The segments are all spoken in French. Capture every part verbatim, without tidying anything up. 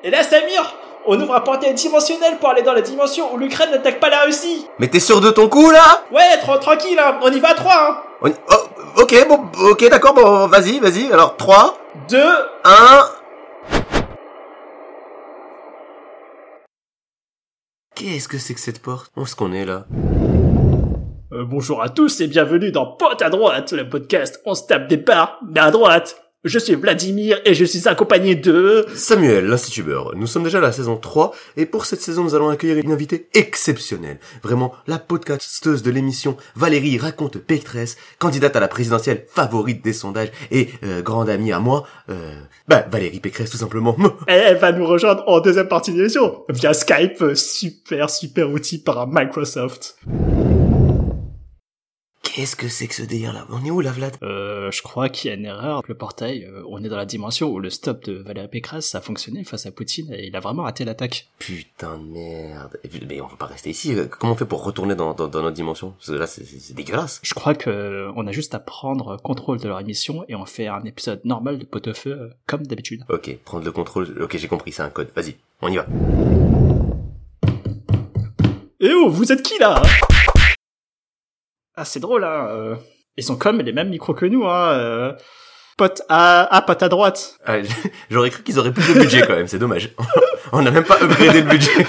Et là, Samir, on ouvre un portail dimensionnel pour aller dans la dimension où l'Ukraine n'attaque pas la Russie. Mais t'es sûr de ton coup, là? Ouais, tra- tranquille, hein. On y va à trois, hein. On... Oh, ok, bon, ok, d'accord, bon, vas-y, vas-y. Alors, trois, deux, un... Qu'est-ce que c'est que cette porte? Où est-ce qu'on est, là? Euh, bonjour à tous et bienvenue dans Pote à droite, le podcast. On se tape des barres, mais à droite. Je suis Vladimir et je suis accompagné de... Samuel, l'Institubeur. Nous sommes déjà à la saison trois et pour cette saison, nous allons accueillir une invitée exceptionnelle. Vraiment, la podcasteuse de l'émission, Valérie Raconte Pécresse, candidate à la présidentielle, favorite des sondages et euh, grande amie à moi. Euh, bah, Valérie Pécresse, tout simplement. Elle va nous rejoindre en deuxième partie de l'émission via Skype, super super outil par Microsoft. Qu'est-ce que c'est que ce délire-là? On est où, là, Vlad? Euh, je crois qu'il y a une erreur. Le portail, euh, on est dans la dimension où le stop de Valérie Pécresse a fonctionné face à Poutine et il a vraiment raté l'attaque. Putain de merde. Mais on peut pas rester ici. Comment on fait pour retourner dans, dans, dans notre dimension? Parce que là, c'est, c'est dégueulasse. Je crois que euh, on a juste à prendre contrôle de leur émission et on fait un épisode normal de Pot-au-feu euh, comme d'habitude. Ok, prendre le contrôle. Ok, j'ai compris, c'est un code. Vas-y, on y va. Eh oh, vous êtes qui là? Ah, c'est drôle, hein. Euh, ils ont comme les mêmes micros que nous, hein. Euh, pote à, ah, pote à droite. Ah, j'aurais cru qu'ils auraient plus de budget quand même, c'est dommage. On n'a même pas upgradé le budget.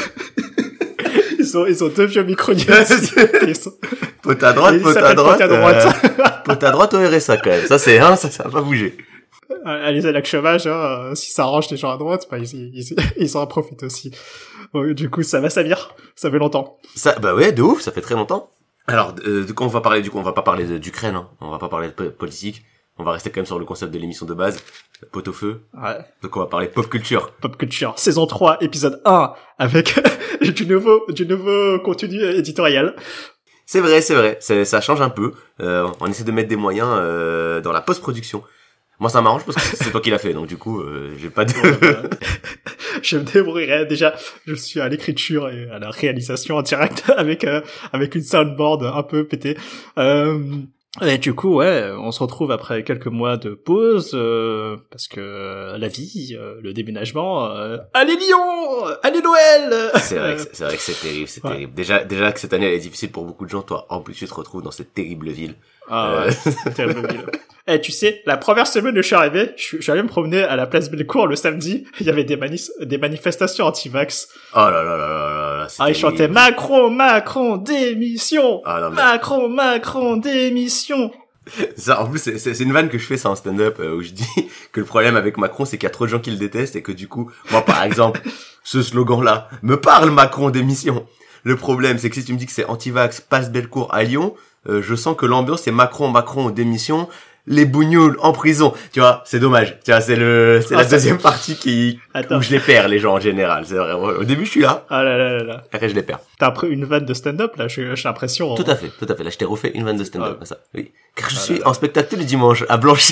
Ils ont, ils ont deux vieux micros. sont... Pote à droite, pote à droite. Pote à droite. Euh, pote à droite au R S A quand même. Ça c'est un, hein, ça, ça va pas bouger. Allez, à l'acte chômage, hein. Si ça arrange les gens à droite, bah, ils, ils, ils en profitent aussi. Bon, du coup, ça va, Samir. Ça fait longtemps. Ça, bah ouais, de ouf, ça fait très longtemps. Alors, euh, de quoi on va parler? Du coup, on va pas parler de, d'Ukraine, hein. On va pas parler de po- politique. On va rester quand même sur le concept de l'émission de base, pot-au-feu. Ouais. Donc on va parler de pop culture. Pop culture, saison trois, épisode un, avec du nouveau, du nouveau contenu éditorial. C'est vrai, c'est vrai. C'est, ça change un peu. Euh, on essaie de mettre des moyens euh, dans la post-production. Moi, ça m'arrange parce que c'est toi qui l'as fait, donc du coup, euh, j'ai pas de... Je me débrouillerai. Déjà, je suis à l'écriture et à la réalisation en direct avec euh, avec une soundboard un peu pétée. Euh, et du coup, ouais, on se retrouve après quelques mois de pause euh, parce que la vie, euh, le déménagement. Euh, allez Lyon, allez Noël. C'est vrai, que c'est, c'est vrai que c'est terrible, c'est ouais. terrible. Déjà, déjà que cette année elle est difficile pour beaucoup de gens. Toi, en plus, tu te retrouves dans cette terrible ville. Ah euh... ouais, c'est terrible ville. Eh, tu sais, la première semaine où je suis arrivé, je suis, je suis allé me promener à la place Bellecour le samedi. Il y avait des, manis, des manifestations anti-vax. Oh là là là là là là. Ah, ils chantaient Macron, Macron, démission. Ah non, mais... Macron, Macron, démission. Ça, en plus, c'est, c'est, c'est une vanne que je fais, ça, en stand-up, euh, où je dis que le problème avec Macron, c'est qu'il y a trop de gens qui le détestent et que du coup, moi, par exemple, ce slogan-là, me parle Macron, démission. Le problème, c'est que si tu me dis que c'est anti-vax, passe Bellecour à Lyon, euh, je sens que l'ambiance, c'est Macron, Macron, démission. Les bougnoules en prison, tu vois, c'est dommage. Tu vois, c'est le, c'est ah, la deuxième partie qui, Attends. où je les perds, les gens, en général. C'est vrai. Au début, je suis là. Ah là là là là. Après, je les perds. T'as pris une vanne de stand-up, là, j'ai, j'ai l'impression. Tout hein. à fait, tout à fait. Là, je t'ai refait une vanne de stand-up, ah. ça. Oui. Car je ah suis en spectacle le dimanche, à Blanchet.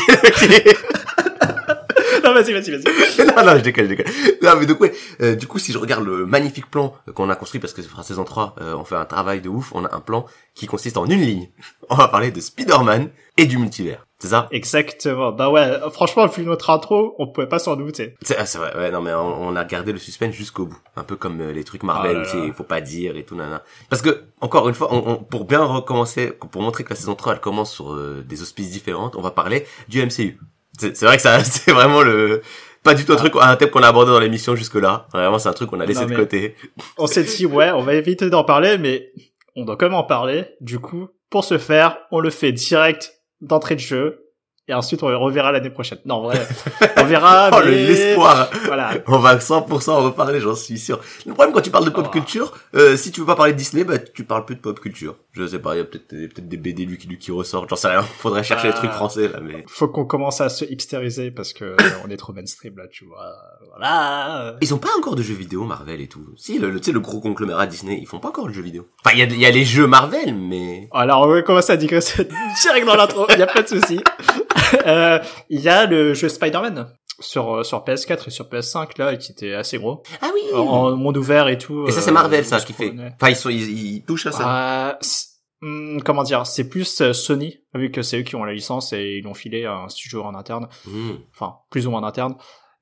Non, vas-y, vas-y, vas-y. non, non, je déconne, je déconne. Non, mais donc, ouais, euh, du coup, si je regarde le magnifique plan qu'on a construit, parce que c'est saison trois, euh, on fait un travail de ouf, on a un plan qui consiste en une ligne. On va parler de Spider-Man et du multivers. C'est ça? Exactement. Bah ouais, franchement, vu notre intro, on pouvait pas s'en douter. C'est, c'est vrai, ouais, non, mais on, on a gardé le suspense jusqu'au bout. Un peu comme euh, les trucs Marvel, ah il faut pas dire et tout, nana. Parce que, encore une fois, on, on, pour bien recommencer, pour montrer que la saison trois, elle commence sur euh, des auspices différentes, on va parler du M C U. C'est, c'est vrai que ça, c'est vraiment le, pas du tout un truc, un thème qu'on a abordé dans l'émission jusque-là. Vraiment, c'est un truc qu'on a laissé non, de côté. On s'est dit, ouais, on va éviter d'en parler, mais on doit quand même en parler. Du coup, pour ce faire, on le fait direct d'entrée de jeu. Et ensuite, on le reverra l'année prochaine. Non, vrai. On verra, oh, mais... l'espoir. Voilà. On va cent pour cent en reparler, j'en suis sûr. Le problème, quand tu parles de pop oh. culture, euh, si tu veux pas parler de Disney, bah, tu parles plus de pop culture. Je sais pas, il y a peut-être, peut-être des B D lui qui, lui qui ressortent. J'en sais rien. Faudrait chercher ah, les trucs français, là, mais... Faut qu'on commence à se hipstériser parce que euh, on est trop mainstream, là, tu vois. Voilà. Ils ont pas encore de jeux vidéo, Marvel et tout. Si, le, le tu sais, le gros conglomérat Disney, ils font pas encore de jeux vidéo. Enfin, il y a, il y a les jeux Marvel, mais... Alors, on va commencer à digresser direct dans l'intro. Il y a pas de souci. euh, il y a le jeu Spider-Man sur sur P S quatre et sur P S cinq là qui était assez gros. Ah oui. En, en monde ouvert et tout. Et ça c'est Marvel euh, ça qui fait. Enfin ils sont ils, ils touchent à ça. Euh, hum, comment dire, c'est plus euh, Sony vu que c'est eux qui ont la licence et ils l'ont filé à un studio en interne. Mmh. Enfin plus ou moins en interne.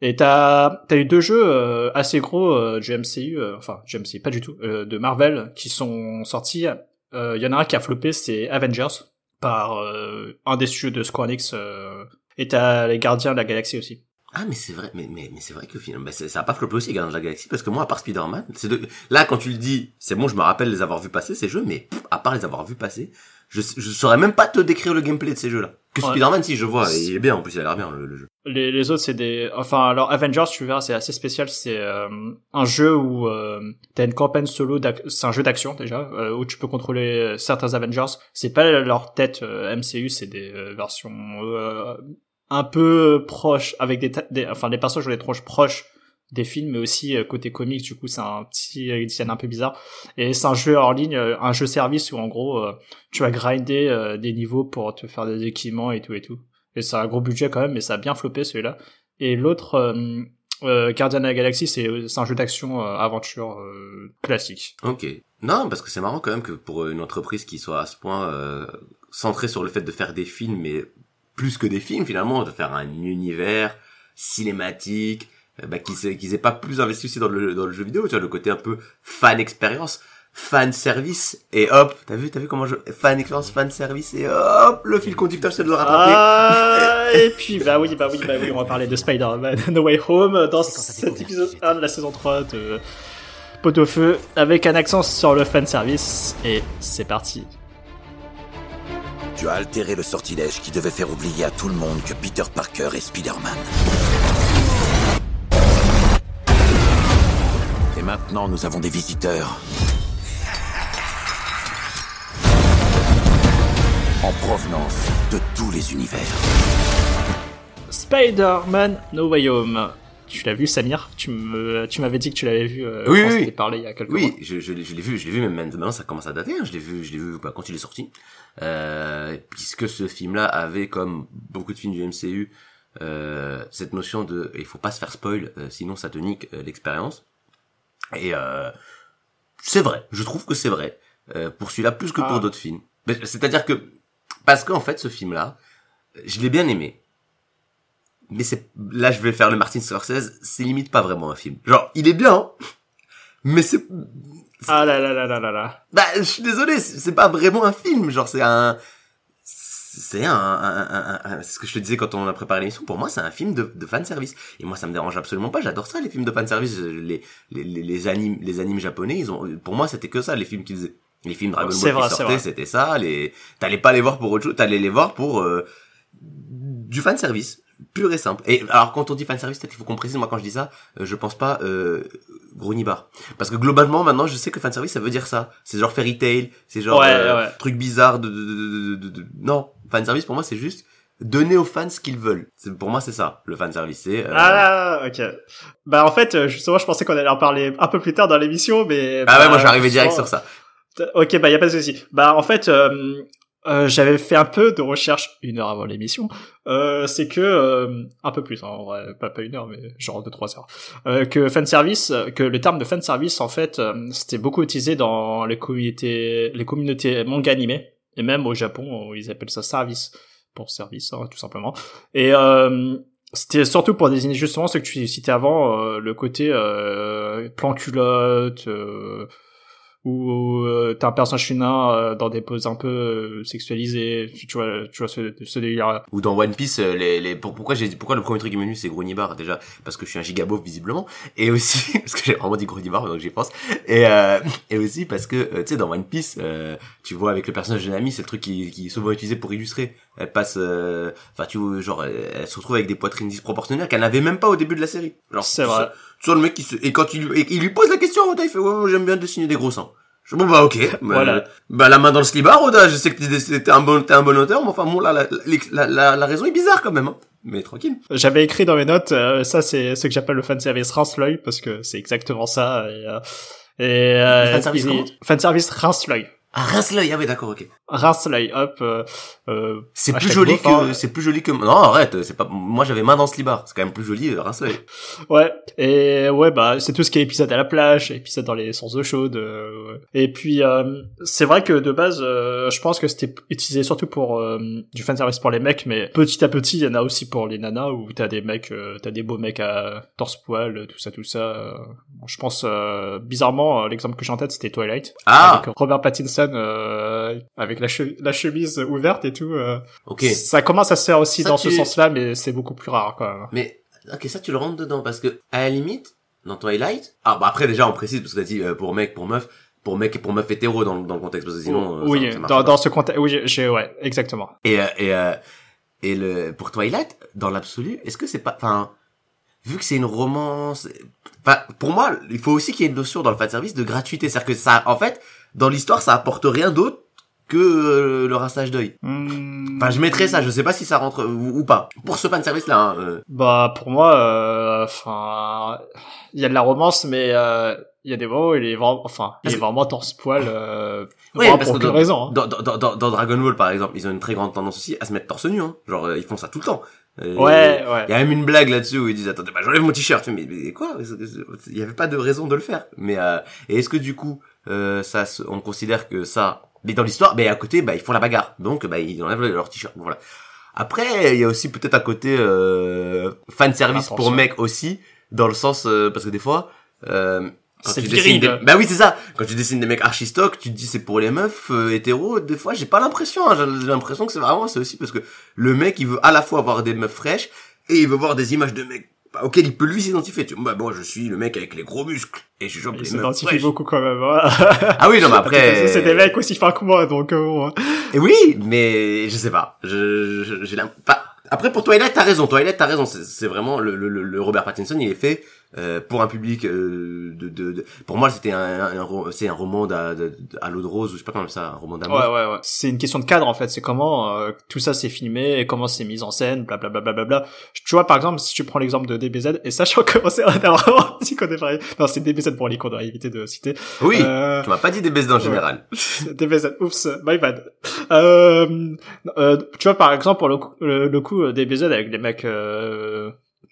Et t'as t'as eu deux jeux euh, assez gros euh, du M C U, euh, enfin du M C U pas du tout, euh, de Marvel qui sont sortis. Il euh, y en a un qui a floppé, c'est Avengers par euh, un des studios de Square Enix. Euh, et t'as les Gardiens de la Galaxie aussi. Ah mais c'est vrai, mais mais mais c'est vrai que finalement, bah, ça a pas floppé aussi Gardiens de la Galaxie parce que moi à part Spider-Man, c'est de... là quand tu le dis, c'est bon, je me rappelle les avoir vus passer ces jeux, mais pff, à part les avoir vus passer, je je saurais même pas te décrire le gameplay de ces jeux-là. Que ouais. Spider-Man si je vois, et il est bien en plus, il a l'air bien le, le jeu. Les les autres c'est des, enfin alors Avengers tu verras c'est assez spécial, c'est euh, un jeu où euh, t'as une campagne solo, c'est un jeu d'action déjà euh, où tu peux contrôler certains Avengers. C'est pas leur tête euh, M C U, c'est des euh, versions euh, un peu proche avec des, ta- des enfin les personnages les proches proches des films, mais aussi euh, côté comics, du coup c'est un petit design un peu bizarre, et c'est un jeu hors ligne, un jeu service où en gros euh, tu vas grinder euh, des niveaux pour te faire des équipements et tout et tout, et c'est un gros budget quand même, mais ça a bien floppé celui-là. Et l'autre euh, euh, Guardian of the Galaxy, c'est, c'est un jeu d'action euh, aventure euh, classique. Ok, non parce que c'est marrant quand même que pour une entreprise qui soit à ce point euh, centrée sur le fait de faire des films, mais plus que des films finalement, de faire un univers cinématique, bah qu'ils qu'ils aient pas plus investi aussi dans le dans le jeu vidéo, tu vois, le côté un peu fan expérience, fan service, et hop, t'as vu t'as vu comment je fan expérience, fan service, et hop, le fil conducteur c'est de le rattraper. Ah, et puis bah oui bah oui bah oui on va parler de Spider-Man No Way Home dans cet épisode un de la saison trois de Pot-au-feu, avec un accent sur le fan service, et c'est parti. Tu as altéré le sortilège qui devait faire oublier à tout le monde que Peter Parker est Spider-Man. Et maintenant, nous avons des visiteurs. En provenance de tous les univers. Spider-Man No Way Home. Tu l'as vu, Samir? Tu me, tu m'avais dit que tu l'avais vu euh, oui, quand oui, on s'était parlé il y a quelques oui, mois. Oui, je, je, je l'ai vu, je l'ai vu, même maintenant ça commence à dater. Hein, je l'ai vu, je l'ai vu bah, quand il est sorti, euh, puisque ce film-là avait, comme beaucoup de films du M C U, euh, cette notion de, il faut pas se faire spoil, euh, sinon ça te nique euh, l'expérience. Et euh, c'est vrai, je trouve que c'est vrai euh, pour celui-là plus que ah. pour d'autres films. C'est-à-dire que parce qu'en fait ce film-là, je l'ai bien aimé. Mais c'est, là, je vais faire le Martin Scorsese, c'est limite pas vraiment un film. Genre, il est bien, hein, mais c'est, c'est... Ah là là là là là là. Bah, je suis désolé, c'est, c'est pas vraiment un film. Genre, c'est un, c'est un, un, un, un, un c'est ce que je te disais quand on a préparé l'émission. Pour moi, c'est un film de, de fanservice. Et moi, ça me dérange absolument pas. J'adore ça, les films de fanservice. Les, les, les, les animes, les animes japonais, ils ont, pour moi, c'était que ça, les films qu'ils faisaient. Les films Dragon Ball qui sortaient, c'était ça. Les, t'allais pas les voir pour autre chose, t'allais les voir pour, euh, du fanservice. Pur et simple. Et alors quand on dit fanservice, peut-être il faut qu'on précise, moi quand je dis ça, euh, je pense pas euh, gros nibar. Parce que globalement maintenant je sais que fanservice ça veut dire ça. C'est genre fairy tale, c'est genre ouais, euh, ouais. truc bizarre de, de, de, de, de... Non, fanservice pour moi c'est juste donner aux fans ce qu'ils veulent. C'est, pour moi c'est ça, le fanservice. C'est, euh... Ah ok. Bah en fait justement je pensais qu'on allait en parler un peu plus tard dans l'émission, mais... Ah bah, ouais, moi j'arrivais direct sur ça. Ok, bah y a pas de souci. Bah en fait... Euh... Euh, j'avais fait un peu de recherche une heure avant l'émission. Euh, c'est que euh, un peu plus, hein, en vrai, pas pas une heure, mais genre deux trois heures. Euh, que fanservice, que le terme de fanservice, en fait, euh, c'était beaucoup utilisé dans les communautés, les communautés manga animés, et même au Japon, où ils appellent ça service pour service, hein, tout simplement. Et euh, c'était surtout pour désigner justement ce que tu citais avant, euh, le côté euh, plan culotte. Euh, où euh, t'as un personnage féminin euh, dans des poses un peu euh, sexualisées, tu, tu vois, tu vois ce, ce délire. Ou dans One Piece, euh, les, les, pour, pourquoi j'ai, pourquoi le premier truc qui m'est venu c'est Grunibar, déjà, parce que je suis un gigabof visiblement, et aussi, parce que j'ai vraiment dit Grunibar, donc j'y pense, et, euh, et aussi parce que, euh, tu sais, dans One Piece, euh, tu vois, avec le personnage de Nami, c'est le truc qui, qui est souvent utilisé pour illustrer. Elle passe, enfin, euh, tu vois, genre, elle, elle se retrouve avec des poitrines disproportionnées qu'elle n'avait même pas au début de la série. Genre, c'est vrai. Tu vois, le mec qui se, et quand il, et, il lui pose la question, Oda, il fait, ouais, ouais, j'aime bien dessiner des gros seins. Je, bon, bah, ok. Voilà. Bah, bah, la main dans le slibard, Oda, je sais que t'es, t'es un bon, t'es un bon auteur, mais enfin, bon, là, la, la, la, la raison est bizarre quand même, hein. Mais tranquille. J'avais écrit dans mes notes, euh, ça, c'est ce que j'appelle le fanservice rince l'œil, parce que c'est exactement ça, et, euh, et, euh, fanservice, fanservice rince l'œil. Ah, rince l'œil, ah oui, d'accord, ok. Rince l'œil, hop. Euh, euh, c'est plus joli que, hein. c'est plus joli que, non, arrête, c'est pas, moi j'avais main dans ce libar, c'est quand même plus joli, euh, rince l'œil. Ouais, et ouais, bah, c'est tout ce qui est épisode à la plage, épisode dans les sources d'eau chaude, euh, et puis, euh, c'est vrai que de base, euh, je pense que c'était utilisé surtout pour, euh, du fanservice pour les mecs, mais petit à petit, il y en a aussi pour les nanas, où t'as des mecs, euh, t'as des beaux mecs à torse-poil, tout ça, tout ça, euh, bon, je pense, euh, bizarrement, l'exemple que j'ai en tête, c'était Twilight. Ah! Avec Robert Pattinson, euh, avec la, che- la chemise ouverte et tout. Euh, ok. Ça commence à se faire aussi ça, dans tu... ce sens-là, mais c'est beaucoup plus rare quand même. Mais ok, ça tu le rentres dedans parce que à la limite dans Twilight, ah bah après déjà on précise parce que t'as dit euh, pour mec, pour meuf, pour mec et pour meuf hétéro dans, dans le contexte parce que sinon. Euh, oui, ça, ça dans, dans ce contexte, oui, j'ai ouais, exactement. Et euh, et euh, et le pour Twilight dans l'absolu, est-ce que c'est pas, enfin, vu que c'est une romance, enfin pour moi il faut aussi qu'il y ait une notion dans le fanservice de gratuité, c'est-à-dire que ça, en fait, dans l'histoire ça apporte rien d'autre que euh, le rinçage d'œil. Mmh. Enfin, je mettrais ça, je sais pas si ça rentre ou, ou pas. Pour ce fanservice là. Hein, euh. Bah pour moi, enfin, euh, il y a de la romance, mais il euh, y a des moments où il est vraiment, enfin, il est vraiment torse-poil. Euh, oui, parce pour que aucune dans, raison. Hein. Dans, dans, dans, dans Dragon Ball par exemple, ils ont une très grande tendance aussi à se mettre torse nu. Hein. Genre euh, ils font ça tout le temps. Euh, ouais, ouais. Il y a même une blague là-dessus où ils disent attendez, bah j'enlève mon t-shirt. Mais, mais quoi? Il y avait pas de raison de le faire. Mais euh, et est-ce que du coup, euh, ça, on considère que ça mais dans l'histoire, ben à côté, bah ils font la bagarre, donc bah ils enlèvent leur t-shirt. Voilà. Après, il y a aussi peut-être à côté euh, fan service pour mecs aussi, dans le sens euh, parce que des fois, euh, quand c'est tu viril. Dessines des... bah oui c'est ça. Quand tu dessines des mecs archi stock, tu te dis c'est pour les meufs euh, hétéros. Des fois, j'ai pas l'impression. Hein, j'ai l'impression que c'est vraiment c'est aussi parce que le mec il veut à la fois avoir des meufs fraîches et il veut voir des images de mecs auquel il peut lui s'identifier. Tu vois, bah, moi, je suis le mec avec les gros muscles. Et je chope les meufs. Il s'identifie beaucoup quand même. Hein. Ah oui, non, mais après. C'est des mecs aussi fins que moi, donc, euh, bon. Et oui, mais, je sais pas. Je, je j'ai l'impression, enfin, après, pour Twilight, t'as raison. Twilight, t'as raison. C'est, c'est vraiment le, le, le Robert Pattinson, il est fait, euh, pour un public, euh, de, de, de, pour moi, c'était un, un, un c'est un roman d'à, de, à l'eau de rose, ou je sais pas comment ça, un roman d'amour. Ouais, ouais, ouais. C'est une question de cadre, en fait. C'est comment, euh, tout ça c'est filmé, et comment c'est mis en scène, blablabla, blablabla. Tu vois, par exemple, si tu prends l'exemple de D B Z, et sachant comment c'est, on a vraiment dit qu'on est pareil. Non, c'est D B Z pour les qu'on doit éviter de citer. Oui. Euh... Tu m'as pas dit D B Z en général. D B Z, oups, my bad. Euh, euh, tu vois, par exemple, pour le coup, le, le coup, D B Z avec les mecs, euh,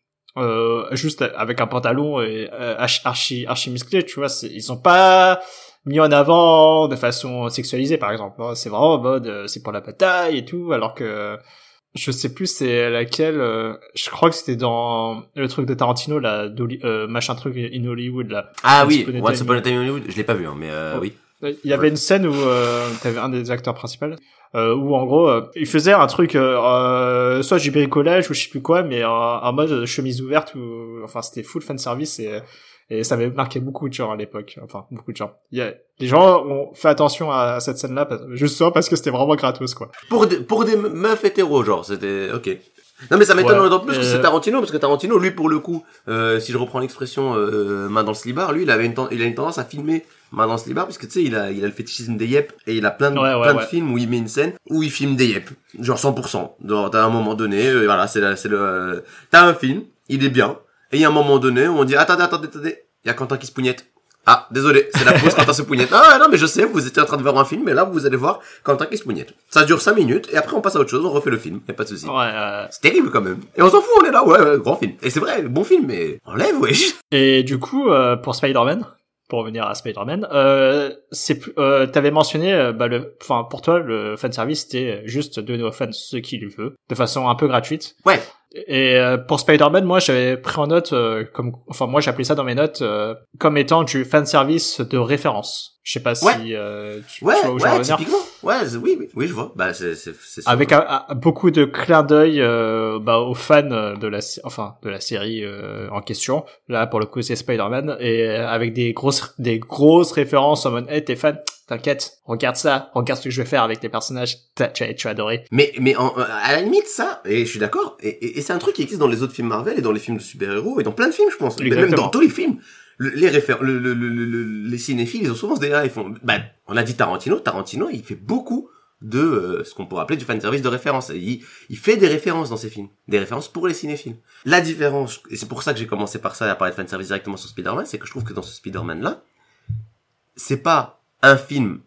Euh, juste avec un pantalon et euh, archi archi musclé, tu vois, c'est, ils sont pas mis en avant de façon sexualisée par exemple, hein. C'est vraiment en mode euh, c'est pour la bataille et tout, alors que je sais plus c'est laquelle, euh, je crois que c'était dans le truc de Tarantino là, euh, machin truc in Hollywood là. Ah oui, Once Upon a Time in Hollywood, je l'ai pas vu hein, mais euh, oh. oui. Il y avait une scène où euh, t'avais un des acteurs principaux euh, où en gros euh, il faisait un truc euh, euh, soit du bricolage ou je sais plus quoi, mais euh, en mode chemise ouverte, ou enfin c'était full fan service, et et ça avait marqué beaucoup de gens à l'époque, enfin beaucoup de gens. Il y a les gens ont fait attention à cette scène là justement parce que c'était vraiment gratos quoi. Pour des, pour des meufs hétéros genre, c'était OK. Non mais ça m'étonne ouais, d'autant plus euh... que c'est Tarantino, parce que Tarantino lui pour le coup euh, si je reprends l'expression euh, main dans le slibard, lui il avait une ten- il a une tendance à filmer main dans ce slibard parce que tu sais il a il a le fétichisme des yep, et il a plein de ouais, ouais, plein ouais. de films où il met une scène où il filme des yep, genre cent pour cent. Genre t'as un moment donné euh, voilà, c'est la, c'est le euh, t'as un film, il est bien, et il y a un moment donné où on dit attendez attendez attendez, il y a Quentin qui se pougnette. Ah, désolé, c'est la pause Quentin se pougnette. Ah non mais je sais, vous étiez en train de voir un film, mais là vous allez voir Quentin qui se pougnette. Ça dure cinq minutes et après on passe à autre chose, on refait le film, y a pas de souci. Ouais, euh... c'est terrible quand même. Et on s'en fout, on est là, ouais, ouais, grand film. Et c'est vrai, bon film, mais enlève, wesh. Et du coup, euh, pour Spider-Man, pour revenir à Spider-Man, euh, c'est plus, euh, t'avais mentionné, euh, bah le, enfin pour toi le fanservice c'était juste donner aux fans ce qu'il veut, de façon un peu gratuite. Ouais. Et euh, pour Spider-Man, moi j'avais pris en note, euh, comme, enfin moi j'appelais ça dans mes notes euh, comme étant du fanservice de référence. Je sais pas si ouais. euh, tu, ouais, tu vois où ouais, je veux revenir. typiquement. Ouais, oui, oui, oui, je vois. Bah c'est c'est c'est sûr. Avec un, un, beaucoup de clins d'œil euh, bah aux fans de la enfin de la série euh, en question. Là pour le coup c'est Spider-Man, et euh, avec des grosses des grosses références en mode hey t'es fan, t'inquiète, regarde ça, regarde ce que je vais faire avec tes personnages, tu vas tu vas adorer. Mais mais en, à la limite ça, et je suis d'accord, et, et, et c'est un truc qui existe dans les autres films Marvel et dans les films de super-héros et dans plein de films je pense. Exactement. Même dans tous les films. Le, les référ- le, le, le, le, les cinéphiles, ils ont souvent ce délire, ils font, bah, on a dit Tarantino, Tarantino, il fait beaucoup de, euh, ce qu'on pourrait appeler du fanservice de référence. Il, il fait des références dans ses films. Des références pour les cinéphiles. La différence, et c'est pour ça que j'ai commencé par ça, à parler de fanservice directement sur Spider-Man, c'est que je trouve que dans ce Spider-Man-là, c'est pas un film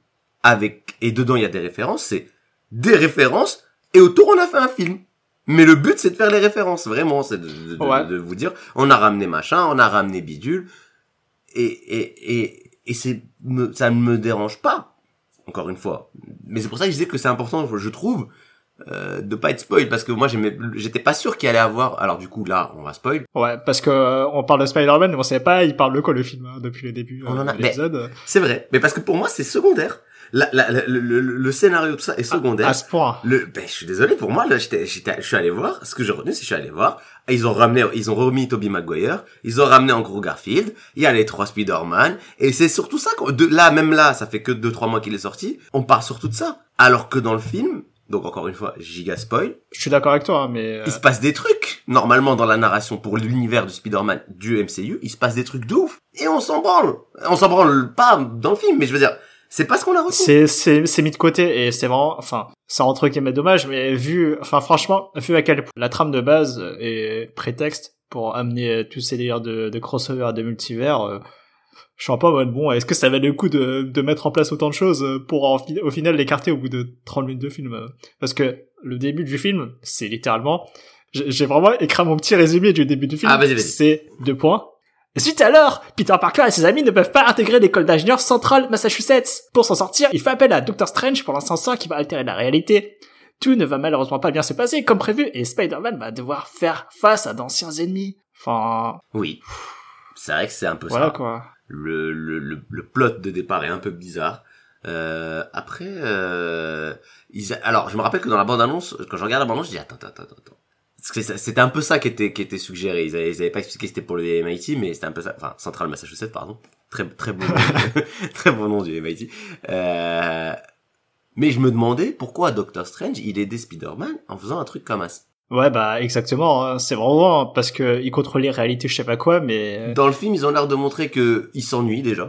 avec, et dedans il y a des références, c'est des références, et autour on a fait un film. Mais le but c'est de faire les références, vraiment, c'est de, de, ouais. de, de vous dire, on a ramené machin, on a ramené bidule, et, et, et, et c'est, me, ça ne me dérange pas, encore une fois. Mais c'est pour ça que je disais que c'est important, je trouve, euh, de pas être spoil, parce que moi j'aimais, j'étais pas sûr qu'il allait avoir, alors du coup là, on va spoil. Ouais, parce que, euh, on parle de Spider-Man, mais on savait pas, il parle de quoi le film, hein, depuis le début, On euh, en a, de l'épisode. C'est vrai, mais parce que pour moi c'est secondaire. La, la, la, le, le, le scénario, tout ça est secondaire. À, à ce point. Le, ben, je suis désolé, pour moi, là, j'étais, j'étais, je suis allé voir, ce que j'ai retenu, c'est que je suis allé voir, ils ont ramené, ils ont remis Tobey Maguire, ils ont ramené Andrew Garfield, il y a les trois Spider-Man, et c'est surtout ça, qu'on, de, là, même là, ça fait que deux, trois mois qu'il est sorti, on parle surtout de ça. Alors que dans le film, donc encore une fois, giga spoil. Je suis d'accord avec toi, hein, mais... Euh... Il se passe des trucs. Normalement, dans la narration pour l'univers du Spider-Man du M C U, il se passe des trucs de ouf. Et on s'en branle. On s'en branle pas dans le film, mais je veux dire, c'est pas ce qu'on a retenu. C'est, c'est, c'est mis de côté, et c'est vraiment, enfin, ça rentre qui est dommage, mais vu, enfin, franchement, vu à quel point la trame de base est prétexte pour amener tous ces délires de, de crossover, de multivers, euh, je suis un peu en mode, bon, est-ce que ça valait le coup de, de mettre en place autant de choses pour en, au final l'écarter au bout de trente minutes de film? Parce que le début du film, c'est littéralement, j'ai vraiment écrit mon petit résumé du début du film. Ah, vas-y, vas-y. C'est deux points. Suite alors, Peter Parker et ses amis ne peuvent pas intégrer l'école d'ingénieurs Central Massachusetts. Pour s'en sortir, il fait appel à Doctor Strange pour lancer un sort qui va altérer la réalité. Tout ne va malheureusement pas bien se passer comme prévu et Spider-Man va devoir faire face à d'anciens ennemis. Enfin... Oui. C'est vrai que c'est un peu voilà, ça. Quoi. Le, le, le, le plot de départ est un peu bizarre. Euh, après, euh, ils, alors, je me rappelle que dans la bande-annonce, quand je regarde la bande-annonce, je dis, attends, attends, attends, attends. Parce que c'était un peu ça qui était, qui était suggéré. Ils avaient, ils avaient pas expliqué que c'était pour le M I T, mais c'était un peu ça. Enfin, Central Massachusetts, pardon. Très, très bon nom, très bon nom du M I T. Euh, mais je me demandais pourquoi Doctor Strange, il aidait Spider-Man en faisant un truc comme ça. Ouais, bah, exactement, hein. C'est vraiment parce que il contrôle les réalités, je sais pas quoi, mais... Dans le film, ils ont l'air de montrer que il s'ennuie déjà.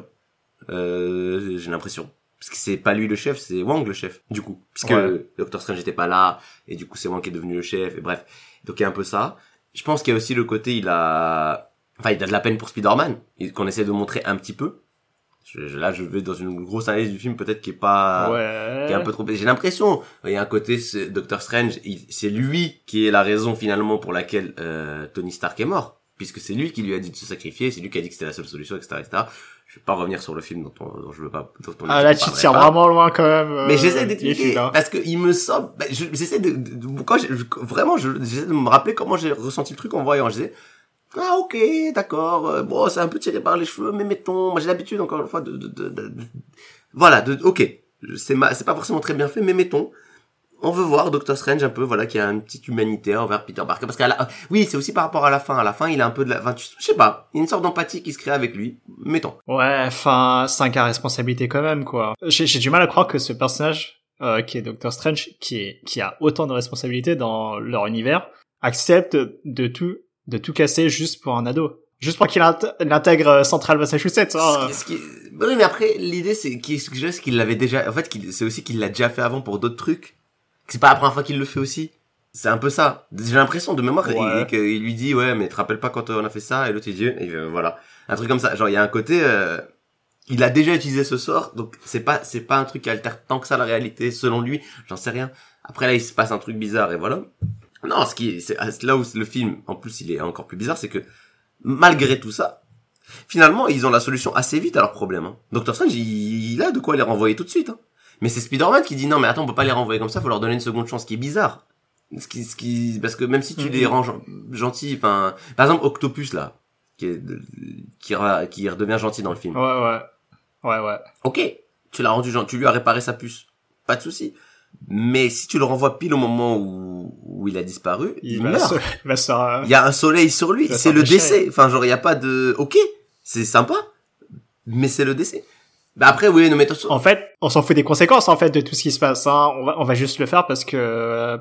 Euh, j'ai l'impression. Parce que c'est pas lui le chef, c'est Wong le chef, du coup. Puisque ouais. Doctor Strange n'était pas là, et du coup c'est Wong qui est devenu le chef, et bref. Donc il y a un peu ça. Je pense qu'il y a aussi le côté, il a... Enfin, il a de la peine pour Spider-Man, qu'on essaie de montrer un petit peu. Je, là, je vais dans une grosse analyse du film, peut-être qui est pas... Ouais. Qui est un peu trop... J'ai l'impression, il y a un côté, c'est Doctor Strange, il, c'est lui qui est la raison finalement pour laquelle euh, Tony Stark est mort. Puisque c'est lui qui lui a dit de se sacrifier, c'est lui qui a dit que c'était la seule solution, et cetera, et cetera. Je vais pas revenir sur le film dont, on, dont je veux pas, dont on Ah, là, tu tires vraiment loin, quand même. Euh, mais j'essaie d'expliquer, parce que il me semble, bah, je, j'essaie de, de, de quand je, vraiment, je, j'essaie de me rappeler comment j'ai ressenti le truc en voyant. Je disais, ah, ok, d'accord, euh, bon, c'est un peu tiré par les cheveux, mais mettons, moi j'ai l'habitude, encore une fois, de, de, de, de, de voilà, de, ok, c'est ma, c'est pas forcément très bien fait, mais mettons, on veut voir Doctor Strange un peu, voilà, qui a une petite humanité envers Peter Parker, parce qu'à la, oui, c'est aussi par rapport à la fin, à la fin, il a un peu de la, enfin, je sais pas, il y a une sorte d'empathie qui se crée avec lui, mettons. Ouais, enfin, c'est un cas de responsabilité quand même, quoi. J'ai, j'ai du mal à croire que ce personnage, euh, qui est Doctor Strange, qui est, qui a autant de responsabilités dans leur univers, accepte de tout, de tout casser juste pour un ado. Juste pour qu'il intègre Central Massachusetts, hein. Ce qui, ce qui... Oui, mais après, l'idée, c'est qu'il, c'est qu'il l'avait déjà, en fait, qu'il, c'est aussi qu'il l'a déjà fait avant pour d'autres trucs. C'est pas la première fois qu'il le fait aussi. C'est un peu ça. J'ai l'impression de mémoire ouais. qu'il, qu'il lui dit, ouais, mais te rappelles pas quand on a fait ça, et l'autre il dit, et euh, voilà. Un truc comme ça. Genre, il y a un côté, euh, il a déjà utilisé ce sort, donc c'est pas, c'est pas un truc qui altère tant que ça la réalité, selon lui. J'en sais rien. Après là, il se passe un truc bizarre, et voilà. Non, ce qui, c'est là où le film, en plus, il est encore plus bizarre, c'est que, malgré tout ça, finalement, ils ont la solution assez vite à leur problème, hein. Doctor Strange, il, il a de quoi les renvoyer tout de suite, hein. Mais c'est Spider-Man qui dit non, mais attends, on peut pas les renvoyer comme ça, faut leur donner une seconde chance, ce qui est bizarre. Ce qui, ce qui, parce que même si tu mm-hmm. les rends gentils, enfin, par exemple, Octopus, là, qui est, qui, qui redevient gentil dans le film. Ouais, ouais. Ouais, ouais. Ok. Tu l'as rendu gentil, tu lui as réparé sa puce. Pas de souci. Mais si tu le renvoies pile au moment où, où il a disparu, il, il va meurt. Se, il va se faire, il y a un soleil sur lui, c'est le décès. Enfin, genre, il y a pas de, ok. C'est sympa. Mais c'est le décès. Bah après oui, nous mettons. En fait, on s'en fout des conséquences en fait de tout ce qui se passe. Hein. On va, on va juste le faire parce que euh,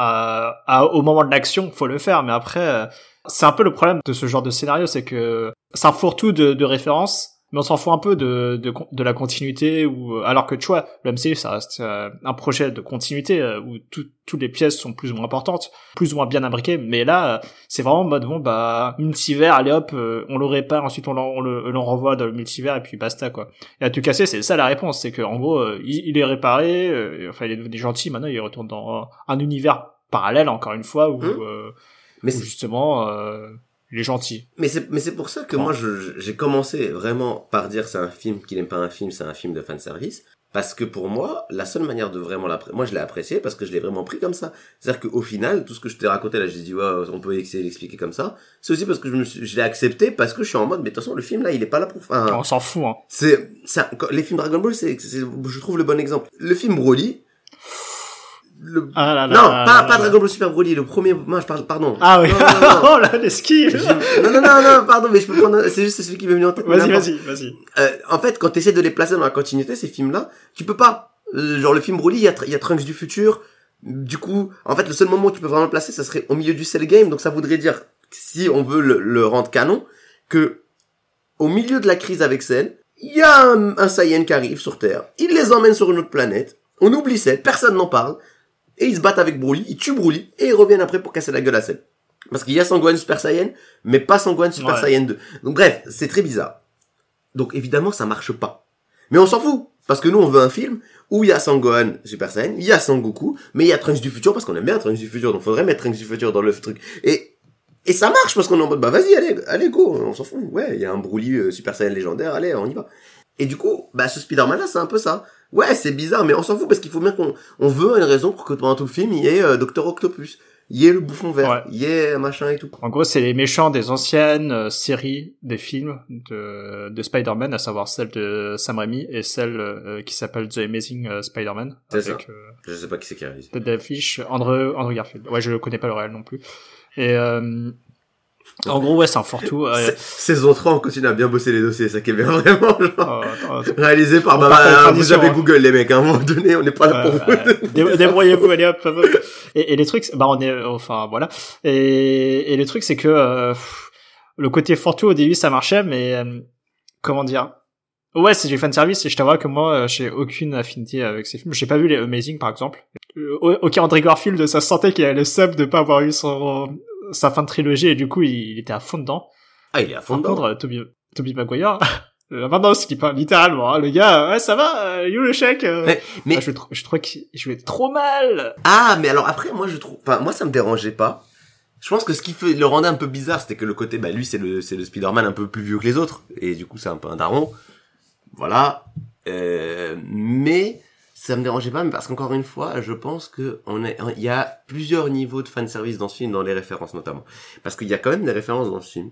à, à, au moment de l'action, faut le faire. Mais après, euh, c'est un peu le problème de ce genre de scénario, c'est que c'est un fourre-tout de, de références mais on s'en fout un peu de de de la continuité, ou alors que tu vois, le M C U ça reste euh, un projet de continuité euh, où tout, toutes les pièces sont plus ou moins importantes, plus ou moins bien imbriquées, mais là euh, c'est vraiment en mode bon bah multivers, allez hop, euh, on le répare, ensuite on, on le on renvoie dans le multivers et puis basta quoi. Et à tout casser, c'est ça la réponse, c'est que en gros euh, il, il est réparé, euh, enfin il est devenu gentil, maintenant il retourne dans un univers parallèle encore une fois où, mmh. euh, mais où justement euh, il est gentil. Mais c'est, mais c'est pour ça que ouais. moi, je, j'ai commencé vraiment par dire c'est un film qui n'aime pas un film, c'est un film de fanservice. Parce que pour moi, la seule manière de vraiment l'apprécier, moi je l'ai apprécié parce que je l'ai vraiment pris comme ça. C'est-à-dire qu'au final, tout ce que je t'ai raconté là, j'ai dit, ouais, on peut essayer d'expliquer comme ça. C'est aussi parce que je me suis, je l'ai accepté parce que je suis en mode, mais de toute façon, le film là, il est pas là pour, enfin, on s'en fout, hein. C'est, c'est, les films Dragon Ball, c'est, c'est, je trouve le bon exemple. Le film Broly, Le... Ah là là non, là pas, là pas là. Dragon Ball Super Broly, le premier, moi je parle, pardon. Ah oui. Non, non, non, non. Oh là, l'esquive. non, non, non, non, pardon, mais je peux prendre, c'est juste celui qui m'est venu en tête. Vas-y, vas-y, vas-y. Euh, en fait, quand t'essaies de les placer dans la continuité, ces films-là, tu peux pas. Euh, genre le film Broly, il y a, il y a Trunks du futur. Du coup, en fait, le seul moment où tu peux vraiment le placer, ça serait au milieu du Cell Game. Donc ça voudrait dire, si on veut le, le rendre canon, que au milieu de la crise avec Cell, il y a un, un Saiyan qui arrive sur Terre. Il les emmène sur une autre planète. On oublie Cell, personne n'en parle. Et ils se battent avec Broly, ils tuent Broly, et ils reviennent après pour casser la gueule à Cell. Parce qu'il y a Sangohan Super Saiyan, mais pas Sangohan Super ouais. Saiyan deux. Donc bref, c'est très bizarre. Donc évidemment, ça marche pas. Mais on s'en fout. Parce que nous, on veut un film où il y a Sangohan Super Saiyan, il y a Sangoku, mais il y a Trunks du futur, parce qu'on aime bien Trunks du futur, donc faudrait mettre Trunks du futur dans le truc. Et, et ça marche, parce qu'on est en mode, bah vas-y, allez, allez, go, on s'en fout. Ouais, il y a un Broly euh, Super Saiyan légendaire, allez, on y va. Et du coup, bah ce Spider-Man là, c'est un peu ça. Ouais, c'est bizarre, mais on s'en fout parce qu'il faut bien qu'on on veut une raison pour que pendant tout le film, il y ait euh, Docteur Octopus, il y ait le bouffon vert, ouais. il y ait machin et tout. En gros, c'est les méchants des anciennes euh, séries des films de, de Spider-Man, à savoir celle de Sam Raimi et celle euh, qui s'appelle The Amazing euh, Spider-Man. C'est avec, ça. Euh, je sais pas qui c'est qui a réalisé. Dave Fish, Andrew, Andrew Garfield. Ouais, je connais pas le réel non plus. Et euh, en gros, ouais, c'est un fourre-tout. Euh... Saison trois, on continue à bien bosser les dossiers, ça qui est bien vraiment, genre. Euh, réalisé par, bah, bah vous avez Google, les mecs, à un moment donné, on n'est pas là pour euh, vous. Euh, débrouillez-vous, allez hop, hop. Et, et les trucs, bah, on est, enfin, voilà. Et, et le truc, c'est que, euh, le côté fourre-tout, au début, ça marchait, mais, euh, comment dire? Ouais, c'est du fanservice, et je t'avoue que moi, j'ai aucune affinité avec ces films. J'ai pas vu les Amazing, par exemple. Ok, Andrew Garfield, ça se sentait qu'il avait le sub de pas avoir eu son, sa fin de trilogie, et du coup, il, il était à fond dedans. Ah, il est à fond Par dedans. contre, Tobey, Tobey Maguire, maintenant, ce qui parle littéralement, hein, le gars, ouais, ça va, euh, you le chèque. Euh... Mais, mais... Ah, je, tr- je trouvais qu'il jouait trop mal. Ah, mais alors après, moi, je trouve, enfin, moi, ça me dérangeait pas. Je pense que ce qui fait, le rendait un peu bizarre, c'était que le côté, bah, lui, c'est le, c'est le Spider-Man un peu plus vieux que les autres. Et du coup, c'est un peu un daron. Voilà. Euh, mais, ça me dérangeait pas, mais parce qu'encore une fois, je pense que on est, il y a plusieurs niveaux de fanservice dans ce film, dans les références notamment. Parce qu'il y a quand même des références dans ce film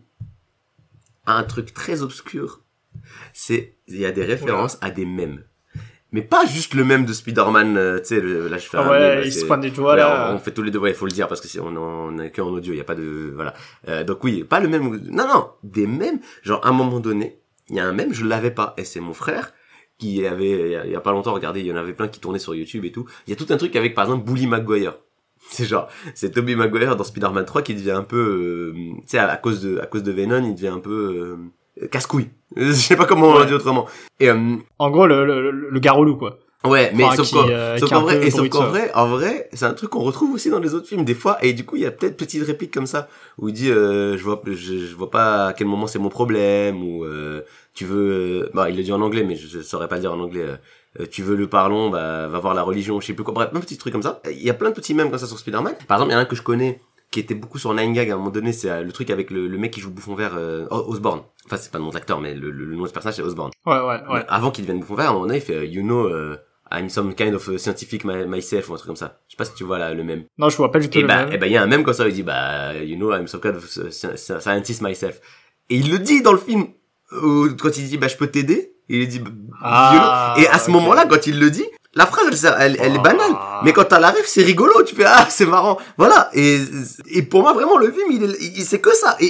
à un truc très obscur. C'est, il y a des références ouais. à des mèmes. Mais pas juste le mème de Spider-Man, euh, tu sais, là je fais ah un ouais, mème, il se pointe du doigt là. On, on fait tous les deux, il faut le dire parce que c'est, on, on est que en audio, il y a pas de, voilà. Euh, donc oui, pas le même, non, non, des mèmes. Genre, à un moment donné, il y a un mème, je l'avais pas, et c'est mon frère qui avait, il y, a, il y a pas longtemps, regardez, il y en avait plein qui tournaient sur YouTube et tout. Il y a tout un truc avec, par exemple, Bully Maguire. C'est genre, c'est Tobey Maguire dans Spider-Man trois qui devient un peu, euh, tu sais, à, à cause de, à cause de Venom, il devient un peu, euh, casse-couille. Je sais pas comment on le dit autrement. Et, euh, en gros, le, le, le garrot-loup, quoi. Ouais, mais enfin, sauf qui, qu'en, euh, sauf qu'en vrai, et sauf qu'en ça. vrai, en vrai, c'est un truc qu'on retrouve aussi dans les autres films des fois, et du coup, il y a peut-être petites répliques comme ça, où il dit, euh, je vois, je, je vois pas à quel moment c'est mon problème, ou, euh, tu veux, euh, bah, il le dit en anglais, mais je, je saurais pas le dire en anglais, euh, tu veux le parlon, bah, va voir la religion, je sais plus quoi, bref, un petit truc comme ça. Il y a plein de petits mèmes comme ça sur Spider-Man. Par exemple, il y en a un que je connais, qui était beaucoup sur nine gag à un moment donné, c'est euh, le truc avec le, le mec qui joue le bouffon vert, euh, Osborn. Enfin, c'est pas le nom de l'acteur, mais le, le, le nom de ce personnage, c'est Osborn. Ouais, ouais, ouais. Avant qu'il devienne bouffon vert, à un moment donné, il fait, you know, euh, I'm some kind of scientific myself ou un truc comme ça. Je sais pas si tu vois là le même. Non, je vois pas du tout et le bah, même. Et bah il y a un même comme ça, il dit bah you know I'm some kind of scientist myself. Et il le dit dans le film où, quand il dit bah je peux t'aider, il dit ah, you know. Et à ce okay. moment-là quand il le dit, la phrase elle, elle, elle est banale, mais quand elle arrive c'est rigolo, tu fais ah c'est marrant. Voilà, et et pour moi vraiment le film il, est, il c'est que ça et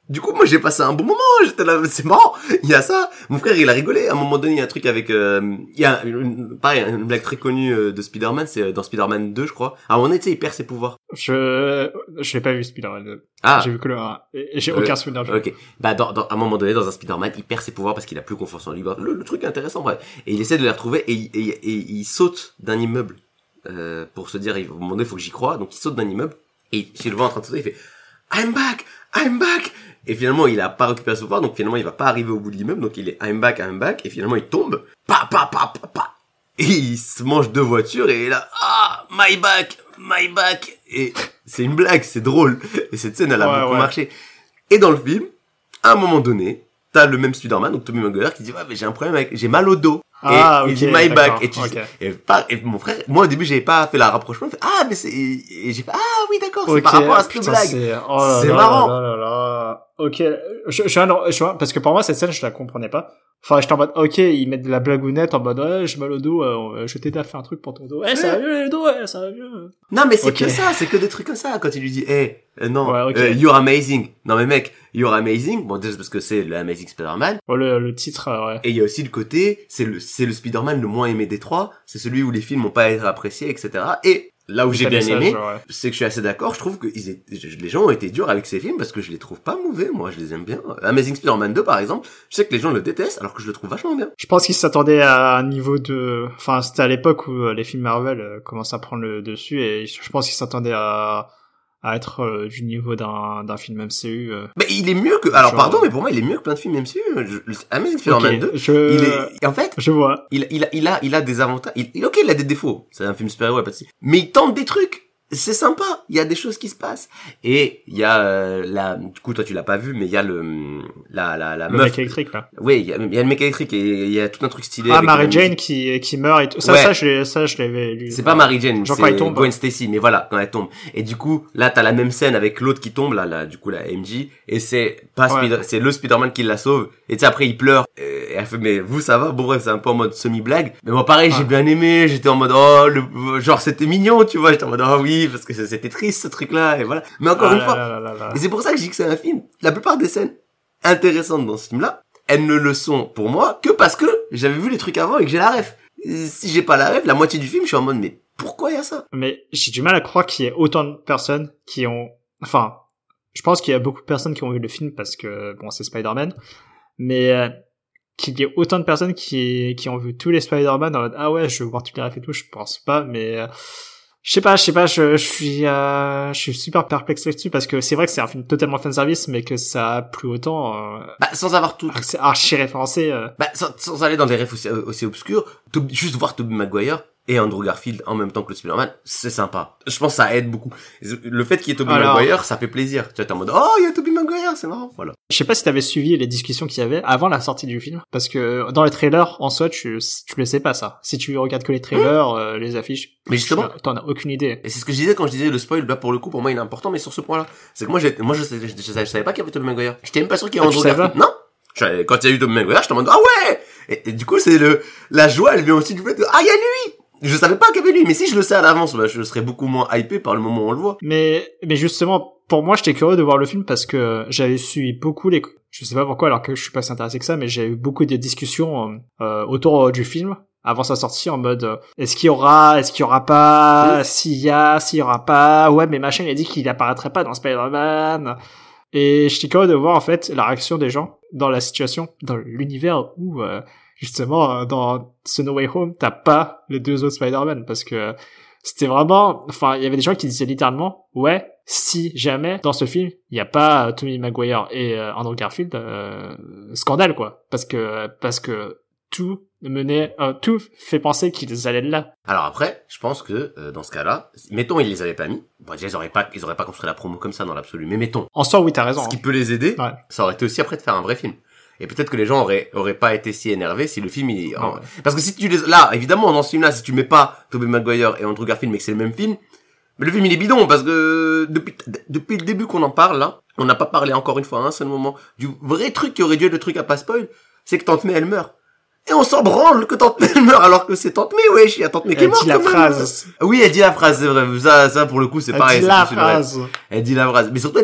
Du coup, moi, j'ai passé un bon moment. J'étais là, c'est marrant. Il y a ça. Mon frère, il a rigolé. À un moment donné, il y a un truc avec, euh, il y a une, pareil, une blague très connue euh, de Spider-Man. C'est dans Spider-Man deux, je crois. À un moment donné, tu sais, il perd ses pouvoirs. Je, je l'ai pas vu Spider-Man deux. Ah. J'ai vu que le un. Et j'ai Euh, aucun souvenir du Ok. Bah, dans, dans, à un moment donné, dans un Spider-Man, il perd ses pouvoirs parce qu'il a plus confiance en lui. Le, le truc est intéressant, bref. Et il essaie de les retrouver et, et, et, et il saute d'un immeuble, euh, pour se dire, au moment donné, il faut que j'y croie. Donc, il saute d'un immeuble et s'il le voit en train de sauter, il fait, I'm back! I'm back! Et finalement, il a pas récupéré son pouvoir, donc finalement, il va pas arriver au bout de l'immeuble, donc il est I'm back, I'm back, et finalement, il tombe, pa, pa, pa, pa, pa, et il se mange deux voitures, et il est là, ah, my back, my back, et c'est une blague, c'est drôle, et cette scène, elle a Ouais, beaucoup ouais. marché. Et dans le film, à un moment donné, t'as le même Spider-Man, donc Tobey Maguire, qui dit, ouais, mais j'ai un problème avec, j'ai mal au dos. Ah, et ok, il dit my back, d'accord, et tu ok. et, par- et mon frère, moi au début j'avais pas fait la rapprochement, il fait, ah mais c'est, et j'ai fait, ah oui d'accord, c'est Ok, par rapport à cette putain, blague. c'est, oh là C'est là marrant. là là là. Ok, je, je, suis un- je vois, parce que pour moi, cette scène, je la comprenais pas. Enfin, j'étais en mode, ok, ils mettent de la blagounette en mode, ouais, j'ai mal au dos, euh, je t'ai fait un truc pour ton dos. Ouais, ça va mieux le dos, ouais, ça va mieux. Non, mais c'est Ok. que ça, c'est que des trucs comme ça. Quand il lui dit, hey, euh, non, Ouais, ok. euh, you're amazing. Non, mais mec, you're amazing. Bon, déjà parce que c'est le Amazing Spider-Man. Bon, le, le titre, euh, ouais. Et il y a aussi le côté, c'est le, c'est le Spider-Man le moins aimé des trois. C'est celui où les films n'ont pas été appréciés, et cetera. Et là où j'ai T'as bien des sages, aimé, ouais. c'est que je suis assez d'accord. Je trouve que ils étaient, les gens ont été durs avec ces films parce que je les trouve pas mauvais. Moi, je les aime bien. Amazing Spider-Man deux, par exemple, je sais que les gens le détestent alors que je le trouve vachement bien. Je pense qu'ils s'attendaient à un niveau de, enfin, c'était à l'époque où euh, les films Marvel euh, commençaient à prendre le dessus et je pense qu'ils s'attendaient à, à être euh, du niveau d'un, d'un film M C U. Euh. Mais il est mieux que, alors Genre- pardon, mais pour moi, il est mieux que plein de films M C U. Je- le- Amazing Spider-Man Ok, deux, je, il est, en fait, je vois. il, il a, il a, il a des avantages. Il, il- ok, il a des défauts. C'est un film super-héros, pas de souci. Mais il tente des trucs. C'est sympa. Il y a des choses qui se passent. Et il y a, euh, la, du coup, toi, tu l'as pas vu, mais il y a le, la, la, la Le meuf. mec électrique, là. Oui, il y a, il y a le mec électrique et il y a tout un truc stylé. Ah, avec la Mary musique. Jane qui, qui meurt et tout. Ça, Ouais. ça, je l'ai, ça, je l'avais lu. C'est pas Mary Jane, Genre c'est quand elle tombe. Gwen Stacy, mais voilà, quand elle tombe. Et du coup, là, t'as la même scène avec l'autre qui tombe, là, là, du coup, la M J, et c'est pas Ouais. Spider- c'est le Spider-Man qui la sauve. Et tu sais, après, il pleure. Et elle fait, mais vous, ça va? Bon, bref, c'est un peu en mode semi-blague. Mais moi, pareil, Ouais. j'ai bien aimé, j'étais en mode, oh, le, genre, c'était mignon, tu vois, j'étais en mode, oh oui, parce que c'était triste, ce truc-là, et voilà. Mais encore Ah une là fois, là là là là. et c'est pour ça que je dis que c'est un film. La plupart des scènes intéressantes dans ce film-là, elles ne le sont pour moi que parce que j'avais vu les trucs avant et que j'ai la ref. Et si j'ai pas la ref, la moitié du film, je suis en mode, mais pourquoi il y a ça? Mais j'ai du mal à croire qu'il y ait autant de personnes qui ont, enfin, je pense qu'il y a beaucoup de personnes qui ont vu le film parce que, bon, c'est Spider-Man, mais euh, qu'il y ait autant de personnes qui, qui ont vu tous les Spider-Man en mode, ah ouais, je veux voir toutes les refs et tout, je pense pas, mais euh, je sais pas, je sais pas, je, je suis, euh, je suis super perplexe là-dessus parce que c'est vrai que c'est un film totalement fanservice, mais que ça a plus autant, euh, Bah, sans avoir tout. alors que c'est archi référencé. Euh. Bah, sans, sans aller dans des refs aussi, aussi obscurs, Tob- juste voir Tobey Maguire et Andrew Garfield en même temps que le Spider-Man, c'est sympa. Je pense que ça aide beaucoup. Le fait qu'il y ait Tobey Alors- Maguire, ça fait plaisir. Tu vois, t'es en mode, oh, il y a Tobey Maguire, c'est marrant, voilà. Je sais pas si t'avais suivi les discussions qu'il y avait avant la sortie du film, parce que dans les trailers, en soi, tu, tu le sais pas ça. Si tu regardes que les trailers, euh, les affiches, Mais justement, tu- t'en as aucune idée. et c'est ce que je disais quand je disais le spoil, là, pour le coup, pour moi, il est important, mais sur ce point-là. C'est que moi, j'ai, moi, je, sais- je, je, je savais pas qu'il y avait Tobey Maguire. J'étais même pas sûr qu'il y ait Ah, tu Andrew savais Garfield. Non! Je- Quand il y a eu Tobey Maguire, j'étais en mode, ah ouais! Et, et du coup, c'est le, la joie, elle vient aussi du fait de, ah, il y a lui! Je savais pas qu'il y avait lui, mais si je le sais à l'avance, bah, je serais beaucoup moins hypé par le moment où on le voit. Mais, mais justement, pour moi, j'étais curieux de voir le film parce que j'avais suivi beaucoup les, je sais pas pourquoi, alors que je suis pas si intéressé que ça, mais j'ai eu beaucoup de discussions euh, autour euh, du film avant sa sortie en mode euh, est-ce qu'il y aura, est-ce qu'il y aura pas, Oui. s'il y a, s'il y aura pas, ouais, mais machin, il a dit qu'il apparaîtrait pas dans Spider-Man. Et j'étais curieux de voir en fait la réaction des gens dans la situation, dans l'univers où euh, justement euh, dans ce No Way Home t'as pas les deux autres Spider-Man parce que c'était vraiment, enfin il y avait des gens qui disaient littéralement ouais si jamais dans ce film il y a pas euh, Tobey Maguire et euh, Andrew Garfield, euh, scandale quoi, parce que parce que tout menait, euh, tout fait penser qu'ils allaient là. Alors après, je pense que, euh, dans ce cas-là, mettons, ils les avaient pas mis. Bon, déjà, ils auraient pas, ils auraient pas construit la promo comme ça dans l'absolu. Mais mettons, En soi oui t'as raison. ce qui hein. peut les aider, Ouais. ça aurait été aussi après de faire un vrai film. Et peut-être que les gens auraient, auraient pas été si énervés si le film, il, en- Ouais. parce que si tu les, là, évidemment, dans ce film-là, si tu mets pas Tobey Maguire et Andrew Garfield, mais que c'est le même film, mais le film, il est bidon, parce que depuis, depuis le début qu'on en parle, là, on n'a pas parlé encore une fois à un seul moment du vrai truc qui aurait dû être le truc à pas spoil, c'est que Tante May, elle meurt. Et on s'en branle que Tante May, elle meurt, alors que c'est Tante May, wesh, il y a Tante May qui est Elle morte. dit la quand même. phrase. Oui, elle dit la phrase, c'est vrai. Ça, ça, pour le coup, c'est Elle pareil. dit c'est la plus une règle. phrase. Elle dit la phrase. Mais surtout, elle meurt.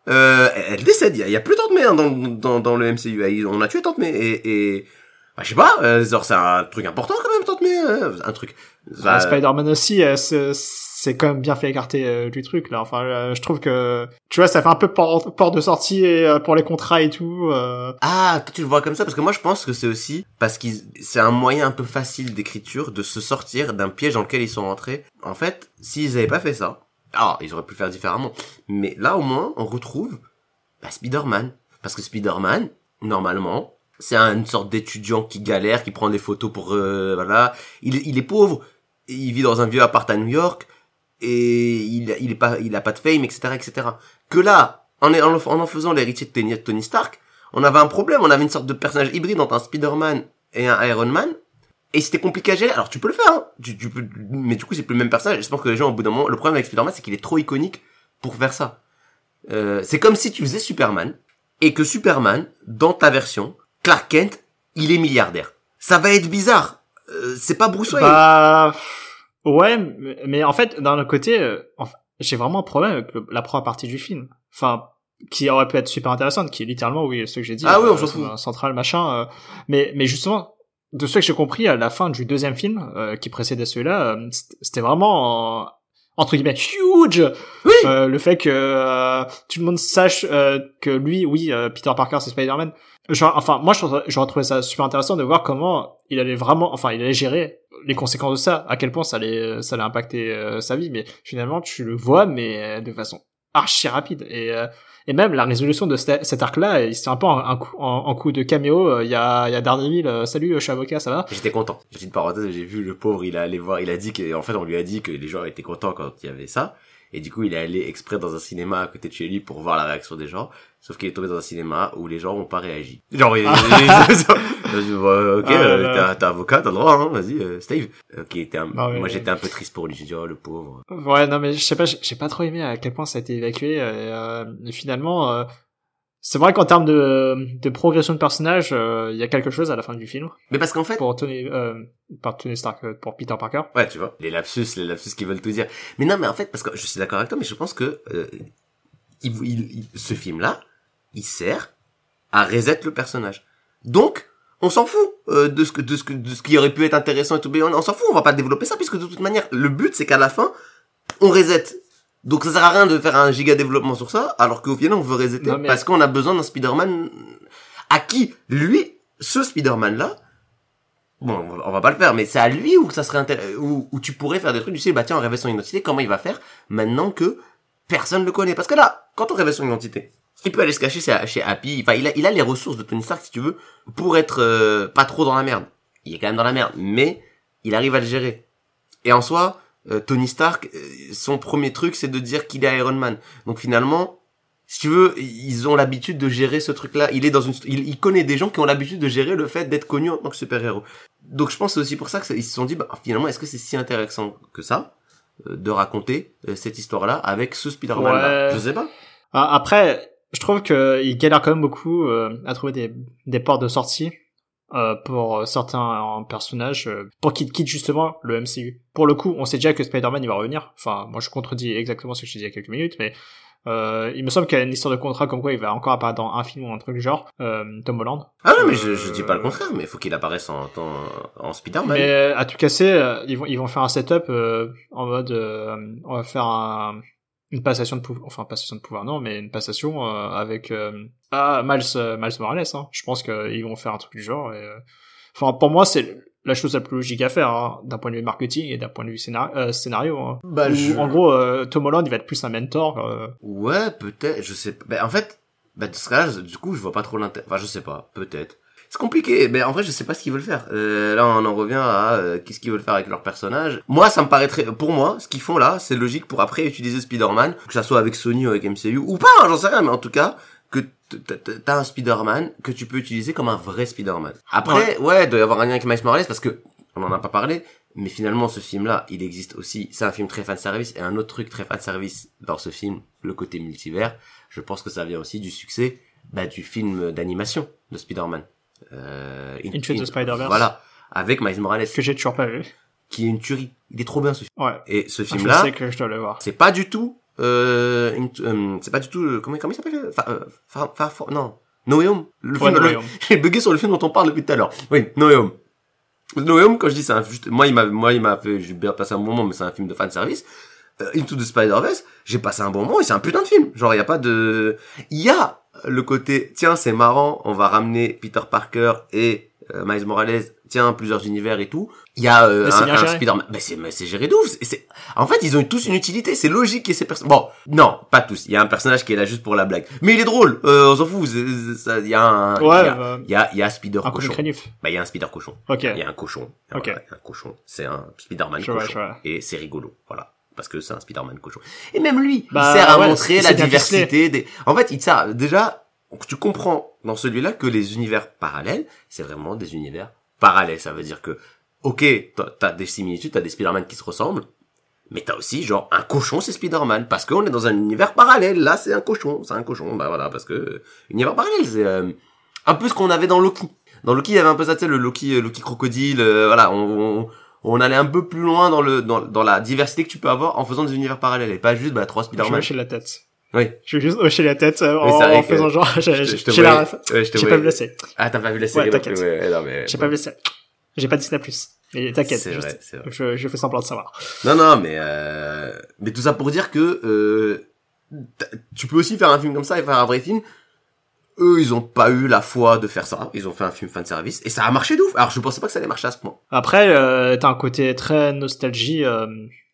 euh, elle, elle décède. Il y a, il y a plus Tante May hein, dans, dans, dans le M C U. On a tué Tante May. Et, et bah, je sais pas, euh, genre, c'est un truc important quand même, Tante May. Euh, un truc... Bah, Spider-Man aussi, euh, c'est, c'est quand même bien fait écarter euh, du truc, là. Enfin, euh, je trouve que, tu vois, ça fait un peu port, port de sortie et, euh, pour les contrats et tout. Euh... Ah, toi, tu le vois comme ça, parce que moi, je pense que c'est aussi parce que c'est un moyen un peu facile d'écriture de se sortir d'un piège dans lequel ils sont rentrés. En fait, s'ils avaient pas fait ça, alors, ils auraient pu le faire différemment. Mais là, au moins, on retrouve bah, Spider-Man. Parce que Spider-Man, normalement, c'est une sorte d'étudiant qui galère, qui prend des photos pour... Euh, voilà. Il, il est pauvre. Il vit dans un vieux appart à New York. Et il, il est pas, il a pas de fame, et cetera, et cetera. Que là, en, en, en faisant l'héritier de Tony Stark, on avait un problème. On avait une sorte de personnage hybride entre un Spider-Man et un Iron Man. Et c'était compliqué à gérer. Alors tu peux le faire, hein. Tu, tu peux, mais du coup c'est plus le même personnage. Je pense que les gens au bout d'un moment, le problème avec Spider-Man, c'est qu'il est trop iconique pour faire ça. Euh, c'est comme si tu faisais Superman et que Superman, dans ta version, Clark Kent, il est milliardaire. Ça va être bizarre. Euh, c'est pas Bruce Wayne. Bah ouais, mais, mais en fait d'un autre côté, euh, enfin, j'ai vraiment un problème avec le, la première partie du film. Enfin, qui aurait pu être super intéressante, qui est littéralement oui ce que j'ai dit. Ah oui, on euh, s'en fout. Central machin. Euh, mais mais justement. De ce que j'ai compris, à la fin du deuxième film, euh, qui précédait celui-là, euh, c'était vraiment, euh, entre guillemets, huge! Oui! Euh, le fait que euh, tout le monde sache euh, que lui, oui, euh, Peter Parker, c'est Spider-Man. Genre, enfin, moi, j'aurais trouvé ça super intéressant de voir comment il allait vraiment, enfin, il allait gérer les conséquences de ça, à quel point ça allait, ça allait impacter euh, sa vie, mais finalement, tu le vois, mais euh, de façon archi rapide. Et... Euh, Et même la résolution de cet, cet arc-là, c'est un peu un, un coup, en, en coup de caméo. Il y a, il y a Daredevil. Euh, Salut, je suis avocat, ça va? J'étais content. Petite parenthèse, j'ai vu le pauvre, il est allé voir, il a dit que, en fait, on lui a dit que les gens étaient contents quand il y avait ça. Et du coup, il est allé exprès dans un cinéma à côté de chez lui pour voir la réaction des gens. Sauf qu'il est tombé dans un cinéma où les gens n'ont pas réagi. Genre, il, ah. il, ouais, ok, ah, euh, t'es, t'es avocat, t'as le droit, hein, vas-y, euh, Steve. Ok, t'es un, ah, ouais, moi ouais. J'étais un peu triste pour lui, j'ai dit, oh, le pauvre. Ouais, non, mais je sais pas, j'ai pas trop aimé à quel point ça a été évacué. Et, euh, et finalement, euh, c'est vrai qu'en termes de, de progression de personnage, il euh, y a quelque chose à la fin du film. Mais parce qu'en fait... Pour Tony, euh, pas Tony Stark, pour Peter Parker. Ouais, tu vois, les lapsus, les lapsus qui veulent tout dire. Mais non, mais en fait, parce que je suis d'accord avec toi, mais je pense que euh, il, il, il, ce film-là, il sert à reset le personnage. Donc, on s'en fout euh, de ce que de ce que de ce qui aurait pu être intéressant et tout. Mais on, on s'en fout, on va pas développer ça, puisque de toute manière, le but, c'est qu'à la fin, on reset. Donc ça sert à rien de faire un giga développement sur ça, alors qu'au final on veut resetter non, mais... parce qu'on a besoin d'un Spider-Man à qui, lui, ce Spider-Man-là, bon, on va pas le faire, mais c'est à lui où ça serait intéressant, où, où tu pourrais faire des trucs, tu sais, bah tiens, on révèle son identité, comment il va faire maintenant que personne le connaît? Parce que là, quand on révèle son identité, il peut aller se cacher chez Happy, enfin il a, il a les ressources de Tony Stark, si tu veux, pour être euh, pas trop dans la merde. Il est quand même dans la merde, mais il arrive à le gérer. Et en soi, Euh, Tony Stark, euh, son premier truc, c'est de dire qu'il est Iron Man. Donc finalement, si tu veux, ils ont l'habitude de gérer ce truc-là. Il est dans une, il, il connaît des gens qui ont l'habitude de gérer le fait d'être connu en tant que super-héros. Donc je pense que c'est aussi pour ça qu'ils se sont dit, bah finalement, est-ce que c'est si intéressant que ça euh, de raconter euh, cette histoire-là avec ce Spider-Man-là? Ouais. Je sais pas. Après, je trouve que il galère quand même beaucoup euh, à trouver des, des portes de sortie. Euh, pour certains personnages, euh, pour qu'ils quittent justement le M C U. Pour le coup, on sait déjà que Spider-Man il va revenir. Enfin, moi je contredis exactement ce que je disais il y a quelques minutes, mais euh, il me semble qu'il y a une histoire de contrat comme quoi il va encore apparaître dans un film ou un truc du genre. Euh, Tom Holland. Ah non, mais je, je dis pas le contraire, mais il faut qu'il apparaisse en, en, en Spider-Man. Mais à tout casser, euh, ils vont ils vont faire un setup euh, en mode euh, on va faire un une passation de pouvoir, enfin passation de pouvoir non, mais une passation euh, avec euh, ah Miles euh, Miles Morales. Hein. Je pense qu'ils vont faire un truc du genre. Et, euh... enfin pour moi c'est la chose la plus logique à faire hein, d'un point de vue marketing et d'un point de vue scénario. Euh, scénario hein. Bah, Où, je... En gros, euh, Tom Holland il va être plus un mentor. Euh... Ouais, peut-être. Je sais. Bah en fait, bah de ce cas-là, du coup, je vois pas trop l'intérêt. Enfin, je sais pas. Peut-être. C'est compliqué, mais en vrai, je sais pas ce qu'ils veulent faire. Euh, là, on en revient à euh, qu'est-ce qu'ils veulent faire avec leur personnage. Moi, ça me paraît très... Pour moi, ce qu'ils font là, c'est logique pour après utiliser Spider-Man, que ça soit avec Sony ou avec M C U, ou pas, hein, j'en sais rien, mais en tout cas, que t'as un Spider-Man que tu peux utiliser comme un vrai Spider-Man. Après, ouais, ouais il doit y avoir un lien avec Miles Morales, parce que, on en a pas parlé, mais finalement, ce film-là, il existe aussi, c'est un film très fan-service, et un autre truc très fan-service dans ce film, le côté multivers, je pense que ça vient aussi du succès, bah, du film d'animation de Spider-Man. Euh, Into the Spider-Verse. Voilà. Avec Miles Morales. Que j'ai toujours pas vu. Qui est une tuerie. Il est trop bien, ce film. Ouais. Et ce ah, film-là. Je sais que je dois le voir. C'est pas du tout euh, into, euh c'est pas du tout, comment, comment il s'appelle? Far, euh, Far, Far, Far, non. No Way Home. Le ouais, film, No le, Way Home. j'ai bugué sur le film dont on parle depuis tout à l'heure. Oui, No Way Home. No Way Home, quand je dis c'est un, juste, moi, il m'a, moi, il m'a fait, j'ai bien passé un bon moment, mais c'est un film de fan service. Euh, Into the Spider-Verse, j'ai passé un bon moment et c'est un putain de film. Genre, il y a pas de, il y a le côté, tiens, c'est marrant, on va ramener Peter Parker et euh, Miles Morales, tiens, plusieurs univers et tout. Il y a euh, un, un Spider-Man. Mais c'est, mais c'est géré de ouf. C'est, c'est, en fait, ils ont tous une utilité. C'est logique qu'il y ait ces personnages. Bon, non, pas tous. Il y a un personnage qui est là juste pour la blague. Mais il est drôle. Euh, on s'en fout. Il y a un, il ouais, y a, bah, il y a, il y a Spider un cochon. Bah, il y a un Spider cochon. Ok. Il y a un cochon. Ok. Voilà, il y a un cochon. C'est un Spider-Man je cochon. vois, je vois. Et c'est rigolo. Voilà. Parce que c'est un Spider-Man cochon. Et même lui, bah, il sert à ouais, montrer c'est, la c'est diversité des, en fait, il sert, déjà, tu comprends dans celui-là que les univers parallèles, c'est vraiment des univers parallèles. Ça veut dire que, ok, t'as, t'as des similitudes, t'as des Spider-Man qui se ressemblent, mais t'as aussi, genre, un cochon, c'est Spider-Man, parce qu'on est dans un univers parallèle. Là, c'est un cochon, c'est un cochon, bah voilà, parce que, univers parallèle, c'est, euh, un peu ce qu'on avait dans Loki. Dans Loki, il y avait un peu ça, tu sais, le Loki, Loki crocodile, euh, voilà, on, on on allait un peu plus loin dans le dans, dans la diversité que tu peux avoir en faisant des univers parallèles et pas juste bah trois Spider-Man. Je vais hocher la tête. Oui. Je vais juste hocher la tête euh, oui, en, en faisant genre j'ai, je, je j'ai la ref. Ouais, j'ai pas vu la série. Ah, t'as pas vu la série? Ouais, t'inquiète. Ouais, non, mais, j'ai bon. pas vu la série. J'ai pas Disney plus. Mais t'inquiète. C'est juste, vrai, c'est vrai. Je, je fais semblant de savoir. Non, non, mais euh, mais tout ça pour dire que euh, tu peux aussi faire un film comme ça et faire un vrai film. Eux, ils ont pas eu la foi de faire ça. Ils ont fait un film fan service et ça a marché de ouf. Alors, je pensais pas que ça allait marcher à ce point. Après, euh, t'as un côté très nostalgie euh,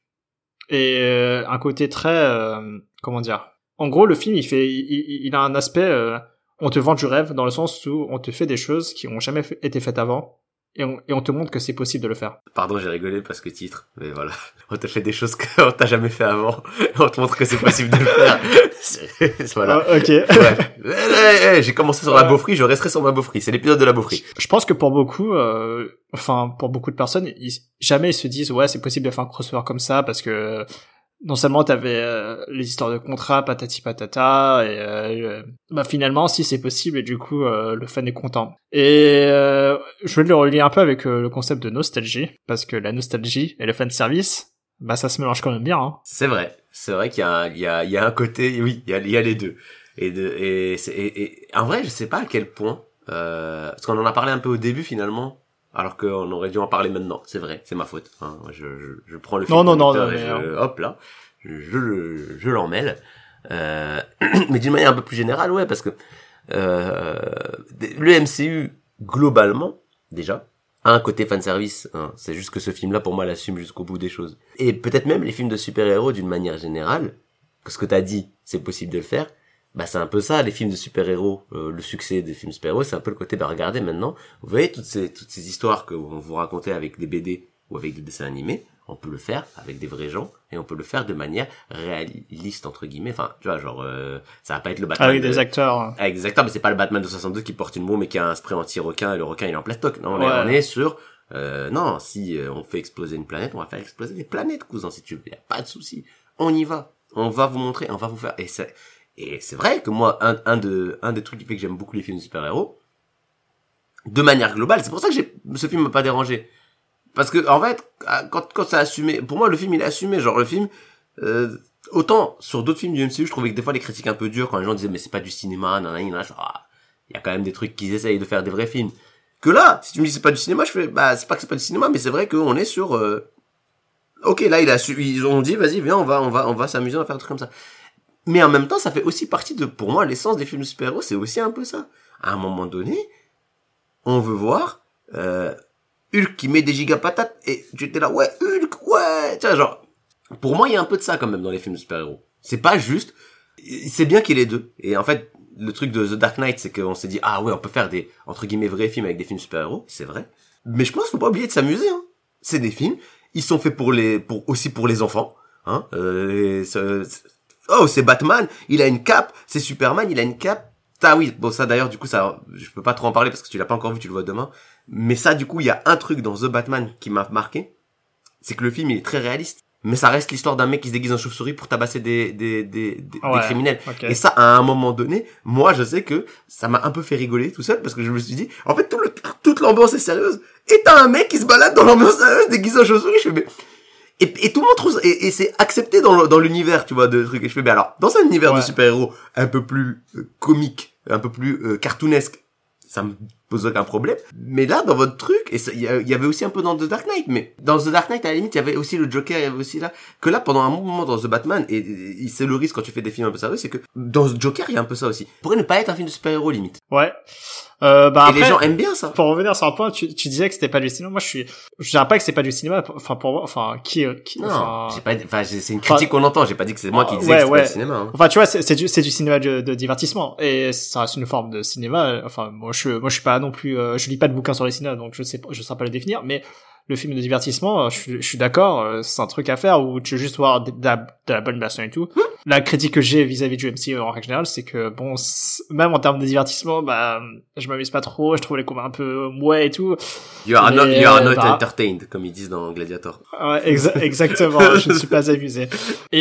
et euh, un côté très euh, comment dire. En gros, le film, il fait, il, il a un aspect. Euh, on te vend du rêve dans le sens où on te fait des choses qui ont jamais fait, été faites avant. Et on, et on te montre que c'est possible de le faire. Pardon, j'ai rigolé parce que titre, mais voilà. On te fait des choses qu'on t'a jamais fait avant. Et on te montre que c'est possible de le faire. C'est, voilà. Oh, ok. Ouais. Eh, eh, j'ai commencé sur ouais. la beaufrie, je resterai sur ma beaufrie. C'est l'épisode de la beaufrie. Je pense que pour beaucoup, euh, enfin, pour beaucoup de personnes, ils, jamais ils se disent, ouais, c'est possible de faire un crossover comme ça parce que, non seulement t'avais euh, les histoires de contrats, patati patata, et euh, bah finalement si c'est possible et du coup euh, le fan est content. Et euh, je vais le relier un peu avec euh, le concept de nostalgie parce que la nostalgie et le fan service, bah ça se mélange quand même bien. Hein. C'est vrai, c'est vrai qu'il y a un, il y a il y a un côté, oui, il y a il y a les deux. Et de et c'est et, et en vrai je sais pas à quel point euh, parce qu'on en a parlé un peu au début finalement. Alors qu'on aurait dû en parler maintenant, c'est vrai, c'est ma faute. Hein, je, je, je prends le film non, non, non, non, et mais je, non. hop là, je, je, je l'emmêle. Euh, mais d'une manière un peu plus générale, ouais, parce que euh, le M C U globalement déjà a un côté fanservice. Hein, c'est juste que ce film-là, pour moi, l'assume jusqu'au bout des choses. Et peut-être même les films de super-héros d'une manière générale, parce que t'as dit, c'est possible de le faire. Bah c'est un peu ça les films de super-héros, euh, le succès des films super-héros, c'est un peu le côté bah regardez maintenant, vous voyez toutes ces toutes ces histoires que on vous racontait avec des B D ou avec des dessins animés, on peut le faire avec des vrais gens et on peut le faire de manière réaliste entre guillemets, enfin tu vois genre euh, ça va pas être le Batman avec de, des acteurs avec des acteurs mais c'est pas le Batman de soixante-deux qui porte une bombe et qui a un spray anti-requin et le requin il est en plastoc. Non, ouais. on est sur euh, non, si euh, on fait exploser une planète, on va faire exploser des planètes cousin si tu veux, y a pas de souci. On y va. On va vous montrer, on va vous faire et c'est Et c'est vrai que moi, un, un, de, un des trucs qui fait que j'aime beaucoup les films de super-héros, de manière globale, c'est pour ça que j'ai, ce film m'a pas dérangé. Parce que, en fait, quand, quand ça a assumé, pour moi, le film, il est assumé, genre, le film, euh, autant, sur d'autres films du M C U, je trouvais que des fois, les critiques un peu dures, quand les gens disaient, mais c'est pas du cinéma, nanana, nanana, genre, ah, il y a quand même des trucs qu'ils essayent de faire des vrais films. Que là, si tu me dis c'est pas du cinéma, je fais, bah, c'est pas que c'est pas du cinéma, mais c'est vrai qu'on est sur, euh, ok, là, il a su, ils ont dit, vas-y, viens, on va, on va, on va s'amuser, on va faire un truc comme ça. Mais en même temps, ça fait aussi partie de, pour moi, l'essence des films de super-héros, c'est aussi un peu ça. À un moment donné, on veut voir, euh, Hulk qui met des giga patates, et tu étais là, ouais, Hulk, ouais, tu vois, genre, pour moi, il y a un peu de ça quand même dans les films de super-héros. C'est pas juste, c'est bien qu'il y ait les deux. Et en fait, le truc de The Dark Knight, c'est qu'on s'est dit, ah ouais, on peut faire des, entre guillemets, vrais films avec des films de super-héros, c'est vrai. Mais je pense qu'il faut pas oublier de s'amuser, hein. C'est des films, ils sont faits pour les, pour, aussi pour les enfants, hein, euh, c'est, oh, c'est Batman, il a une cape, c'est Superman, il a une cape. Ah oui, bon ça d'ailleurs du coup ça je peux pas trop en parler parce que tu l'as pas encore vu, tu le vois demain. Mais ça du coup, il y a un truc dans The Batman qui m'a marqué, c'est que le film il est très réaliste, mais ça reste l'histoire d'un mec qui se déguise en chauve-souris pour tabasser des des des des, ouais, des criminels. Okay. Et ça à un moment donné, moi je sais que ça m'a un peu fait rigoler tout seul parce que je me suis dit en fait tout le, toute l'ambiance est sérieuse et t'as un mec qui se balade dans l'ambiance sérieuse déguisé en chauve-souris, je fais mais Et, et tout le monde trouve ça, et, et c'est accepté dans, dans l'univers, tu vois, de trucs. Et je fais, mais alors, dans un univers ouais. de super-héros un peu plus euh, comique, un peu plus euh, cartoonesque, ça me pose aucun problème. Mais là, dans votre truc, et il y, y avait aussi un peu dans The Dark Knight, mais dans The Dark Knight, à la limite, il y avait aussi le Joker, il y avait aussi là, que là, pendant un moment dans The Batman, et, et, et c'est le risque quand tu fais des films un peu sérieux, c'est que dans The Joker, il y a un peu ça aussi. Il pourrait ne pas être un film de super-héros, limite. Ouais. Euh, bah et après, les gens aiment bien ça. Pour revenir sur un point, tu, tu disais que c'était pas du cinéma. Moi, je suis, je dirais pas que c'est pas du cinéma. Enfin, pour moi, enfin, qui, qui, non, enfin, j'ai pas, enfin, c'est une critique qu'on entend. J'ai pas dit que c'est moi qui disais ouais, que c'était ouais. pas du cinéma. Hein. Enfin, tu vois, c'est, c'est du, c'est du cinéma de, de divertissement. Et ça reste une forme de cinéma. Enfin, moi, je, moi, je suis pas non plus, euh, je lis pas de bouquins sur les cinémas, donc je sais pas, je sais pas le définir, mais le film de divertissement, je suis, je suis d'accord, c'est un truc à faire où tu veux juste voir de, de, la, de la bonne baston et tout. La critique que j'ai vis-à-vis du M C U en règle générale, c'est que bon, même en termes de divertissement, bah, je m'amuse pas trop, je trouve les combats un peu mouais et tout. You are mais, not, you are not bah, entertained, comme ils disent dans Gladiator. Ouais, exa- exactement, je ne suis pas amusé.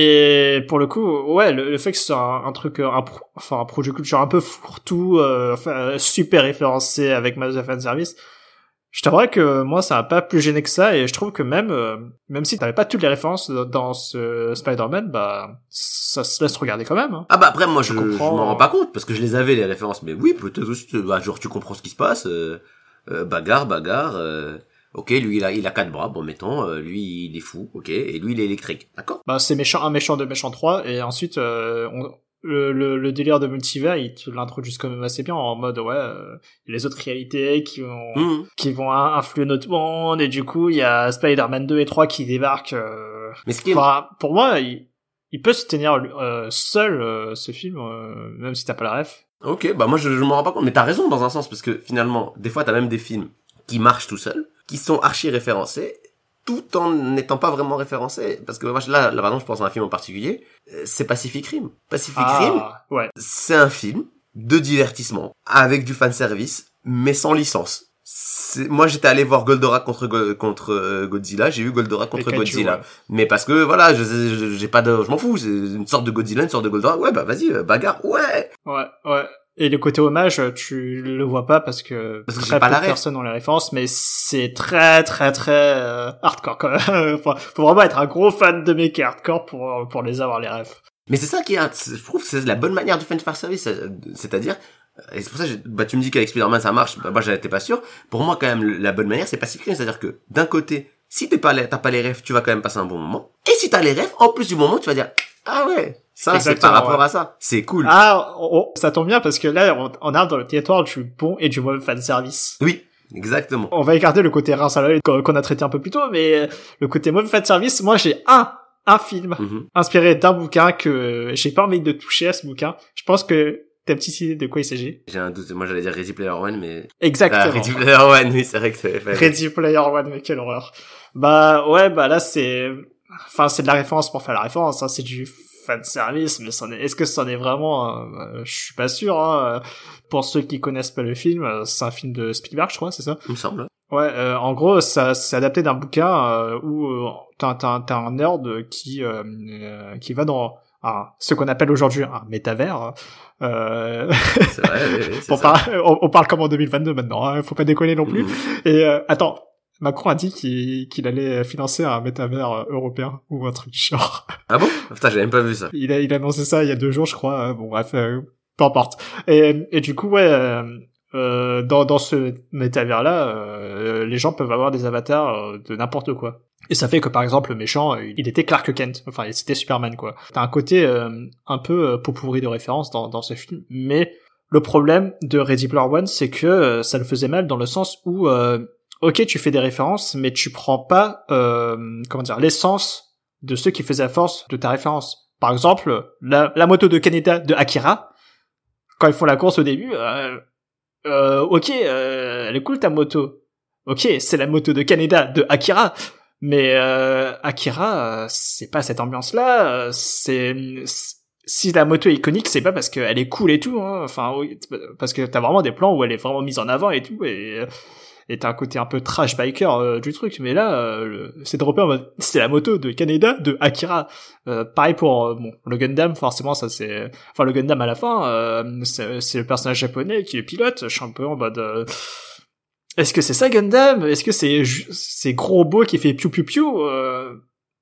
Et pour le coup, ouais, le, le fait que ce soit un, un truc, un, pro, enfin, un projet culture un peu fourre-tout, euh, enfin, super référencé avec masse de fanservice, je t'avouerais que moi ça m'a pas plus gêné que ça, et je trouve que même euh, même si t'avais pas toutes les références dans ce Spider-Man, bah ça se laisse regarder quand même. Hein. Ah bah après moi je, je, je m'en rends pas compte parce que je les avais les références, mais oui peut-être aussi bah, genre tu comprends ce qui se passe, euh, euh, bagarre bagarre, euh, ok lui il a il a quatre bras, bon mettons, euh, lui il est fou, ok, et lui il est électrique, d'accord. Bah c'est méchant un méchant deux méchant trois, et ensuite euh, on Le, le, le délire de multivers, il te l'introduit quand même assez bien en mode ouais, euh, les autres réalités qui vont mmh. qui vont influer notre monde, et du coup il y a Spider-Man deux et trois qui débarquent. Euh... Mais ce qui est... enfin, pour moi, il, il peut se tenir euh, seul euh, ce film, euh, même si t'as pas la ref. Ok, bah moi je, je m'en rends pas compte, mais t'as raison dans un sens parce que finalement des fois t'as même des films qui marchent tout seuls, qui sont archi référencés, tout en n'étant pas vraiment référencé, parce que moi là, là par exemple je pense à un film en particulier, c'est Pacific Rim. Pacific ah, Rim, ouais. C'est un film de divertissement avec du fanservice, mais sans licence. C'est... Moi j'étais allé voir Goldorak contre Go... contre euh, Godzilla, j'ai vu Goldorak contre Kaiju, Godzilla, ouais. Mais parce que voilà, je, je j'ai pas de, je m'en fous, c'est une sorte de Godzilla, une sorte de Goldorak, ouais bah vas-y bagarre, ouais. Ouais ouais. Et le côté hommage, tu le vois pas parce que, parce que très peu de personnes ont les références, mais c'est très très très euh, hardcore quand même. Enfin, faut vraiment être un gros fan de mecs hardcore pour pour les avoir les refs. Mais c'est ça qui est, je trouve que c'est la bonne manière du fan service, c'est-à-dire, et c'est pour ça que bah tu me dis qu'avec Spider-Man ça marche, bah moi j'étais pas sûr. Pour moi quand même la bonne manière c'est Pacific Rim, c'est-à-dire que d'un côté, si t'es pas t'as pas les refs, tu vas quand même passer un bon moment, et si t'as les refs, en plus du moment tu vas dire ah ouais. Ça, exactement, c'est par rapport ouais. à ça. C'est cool. Ah, oh, ça tombe bien parce que là, on, on arrive dans le territoire du bon et du mauvais fanservice. Oui, exactement. On va écarter le côté rince à l'œil qu'on a traité un peu plus tôt, mais le côté mauvais fanservice, moi, j'ai un, un film mm-hmm. inspiré d'un bouquin que j'ai pas envie de toucher à ce bouquin. Je pense que t'as une petite idée de quoi il s'agit. J'ai un doute. Moi, j'allais dire Ready Player One, mais... Exactement. Ah, Ready Player One, oui, c'est vrai que c'est... Ready Player One, mais quelle horreur. Bah, ouais, bah là, c'est... Enfin, c'est de la référence pour faire la référence, hein. C'est du fan service, mais c'en est... est-ce que c'en est vraiment euh, je suis pas sûr, hein. Pour ceux qui connaissent pas le film, c'est un film de Spielberg, je crois, c'est ça? Il me semble. Ouais, euh, en gros, ça c'est adapté d'un bouquin euh, où euh, t'as, t'as, t'as un nerd qui euh, euh, qui va dans un, ce qu'on appelle aujourd'hui un métavers. Euh... C'est vrai, oui, oui, c'est on, ça. Parle, on, on parle comme en deux mille vingt-deux maintenant, hein, faut pas déconner non plus. Mmh. Et euh, attends, Macron a dit qu'il, qu'il allait financer un métavers européen ou un truc du genre. Ah bon? Putain, j'ai même pas vu ça. Il a, il a annoncé ça il y a deux jours, je crois. Bon, bref, euh, peu importe. Et, et du coup, ouais, euh, euh, dans, dans ce métavers-là, euh, les gens peuvent avoir des avatars euh, de n'importe quoi. Et ça fait que, par exemple, le méchant, il était Clark Kent. Enfin, c'était Superman, quoi. T'as un côté euh, un peu euh, pot pourri de référence dans, dans ce film, mais le problème de Ready Player One, c'est que euh, ça le faisait mal dans le sens où euh, ok, tu fais des références, mais tu prends pas, euh, comment dire, l'essence de ceux qui faisaient la force de ta référence. Par exemple, la, la moto de Kaneda de Akira, quand ils font la course au début, euh, euh, ok, euh, elle est cool ta moto. Ok, c'est la moto de Kaneda de Akira, mais euh, Akira, euh, c'est pas cette ambiance-là. Euh, c'est, c'est si la moto est iconique, c'est pas parce qu'elle est cool et tout, hein. Enfin, oui, parce que t'as vraiment des plans où elle est vraiment mise en avant et tout, et et t'as un côté un peu trash biker euh, du truc, mais là euh, c'est droppé en mode c'est la moto de Kaneda de Akira. Euh, pareil pour euh, bon le Gundam, forcément ça c'est enfin le Gundam à la fin euh, c'est, c'est le personnage japonais qui est pilote. Je suis un peu en mode euh... est-ce que c'est ça Gundam? Est-ce que c'est c'est gros robot qui fait piou piou piou? euh...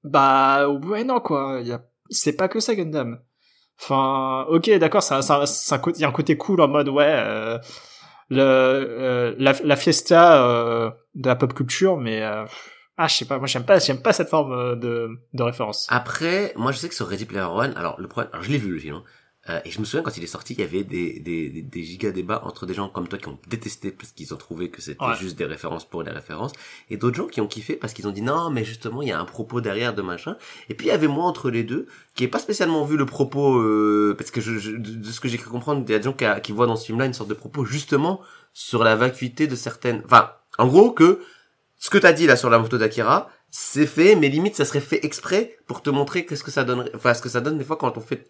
Bah ouais non quoi, il y a c'est pas que ça Gundam. Enfin, ok, d'accord, ça ça ça il y a un côté cool en mode ouais euh, le euh, la la fiesta euh, de la pop culture, mais euh, ah je sais pas, moi j'aime pas j'aime pas cette forme euh, de de référence. Après, moi je sais que sur Ready Player One, alors le problème, alors je l'ai vu le film, hein, euh, et je me souviens quand il est sorti, il y avait des des des, des giga débats entre des gens comme toi qui ont détesté parce qu'ils ont trouvé que c'était Ouais. juste des références pour des références, et d'autres gens qui ont kiffé parce qu'ils ont dit non mais justement il y a un propos derrière de machin. Et puis il y avait moi entre les deux qui n'ai pas spécialement vu le propos euh, parce que je, je de, de ce que j'ai cru comprendre, il y a des gens qui, qui voient dans ce film-là une sorte de propos justement sur la vacuité de certaines, enfin en gros que ce que t'as dit là sur la moto d'Akira, c'est fait, mais limite ça serait fait exprès pour te montrer qu'est-ce que ça donnerait, enfin ce que ça donne des fois quand on fait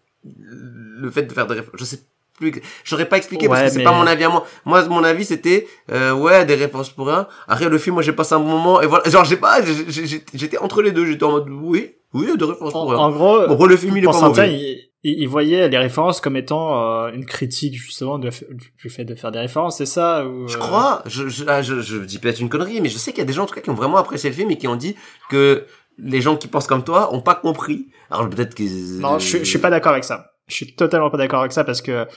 le fait de faire des références. Je sais plus, j'aurais pas expliqué parce Ouais, que c'est mais- pas mon avis à moi. Moi, mon avis c'était euh, ouais des références pour rien. Après le film, moi j'ai passé un bon moment et voilà, genre j'ai pas, j'ai- j'ai- j'étais entre les deux, j'étais en mode oui, oui des références En, pour rien. en gros, Bon, après, le film il est pas Constantin, mauvais. il, il, il voyait les références comme étant euh, une critique justement de, du fait de faire des références, c'est ça ou, Je euh, crois, je, je, ah, je, je dis peut-être une connerie, mais je sais qu'il y a des gens en tout cas qui ont vraiment apprécié le film et qui ont dit que les gens qui pensent comme toi ont pas compris. Alors peut-être qu'ils... Non, je, je suis pas d'accord avec ça. Je suis totalement pas d'accord avec ça parce que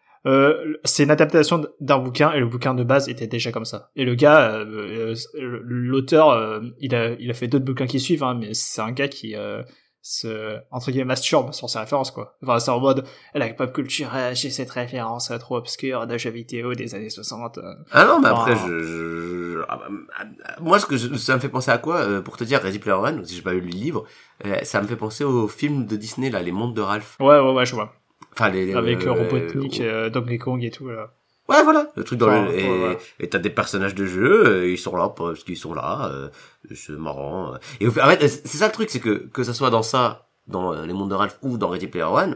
euh, c'est une adaptation d'un bouquin et le bouquin de base était déjà comme ça. Et le gars, euh, euh, l'auteur, euh, il a, il a fait d'autres bouquins qui suivent, hein, mais c'est un gars qui euh, se entre guillemets masturbe sur ses références quoi. Enfin c'est en mode la pop culture, euh, j'ai cette référence euh, trop obscure d'un jeu vidéo des années soixante. Euh. Ah non, mais Enfin, après, je, je, je- ah bah, ah, moi, ce que je, ça me fait penser à quoi, euh, pour te dire, Ready Player One, si j'ai pas lu le livre, euh, ça me fait penser au film de Disney, là, Les Mondes de Ralph. Ouais ouais ouais je vois. Enfin, les, les Avec euh, euh, Robotnik, euh, euh, Donkey Kong et tout là. ouais, voilà, le truc dans Enfin, le, et, ouais, ouais. et t'as des personnages de jeu, euh, ils sont là parce qu'ils sont là, euh, c'est marrant. euh. Et en fait, c'est ça le truc, c'est que, que ça soit dans ça, dans euh, Les Mondes de Ralph ou dans Ready Player One,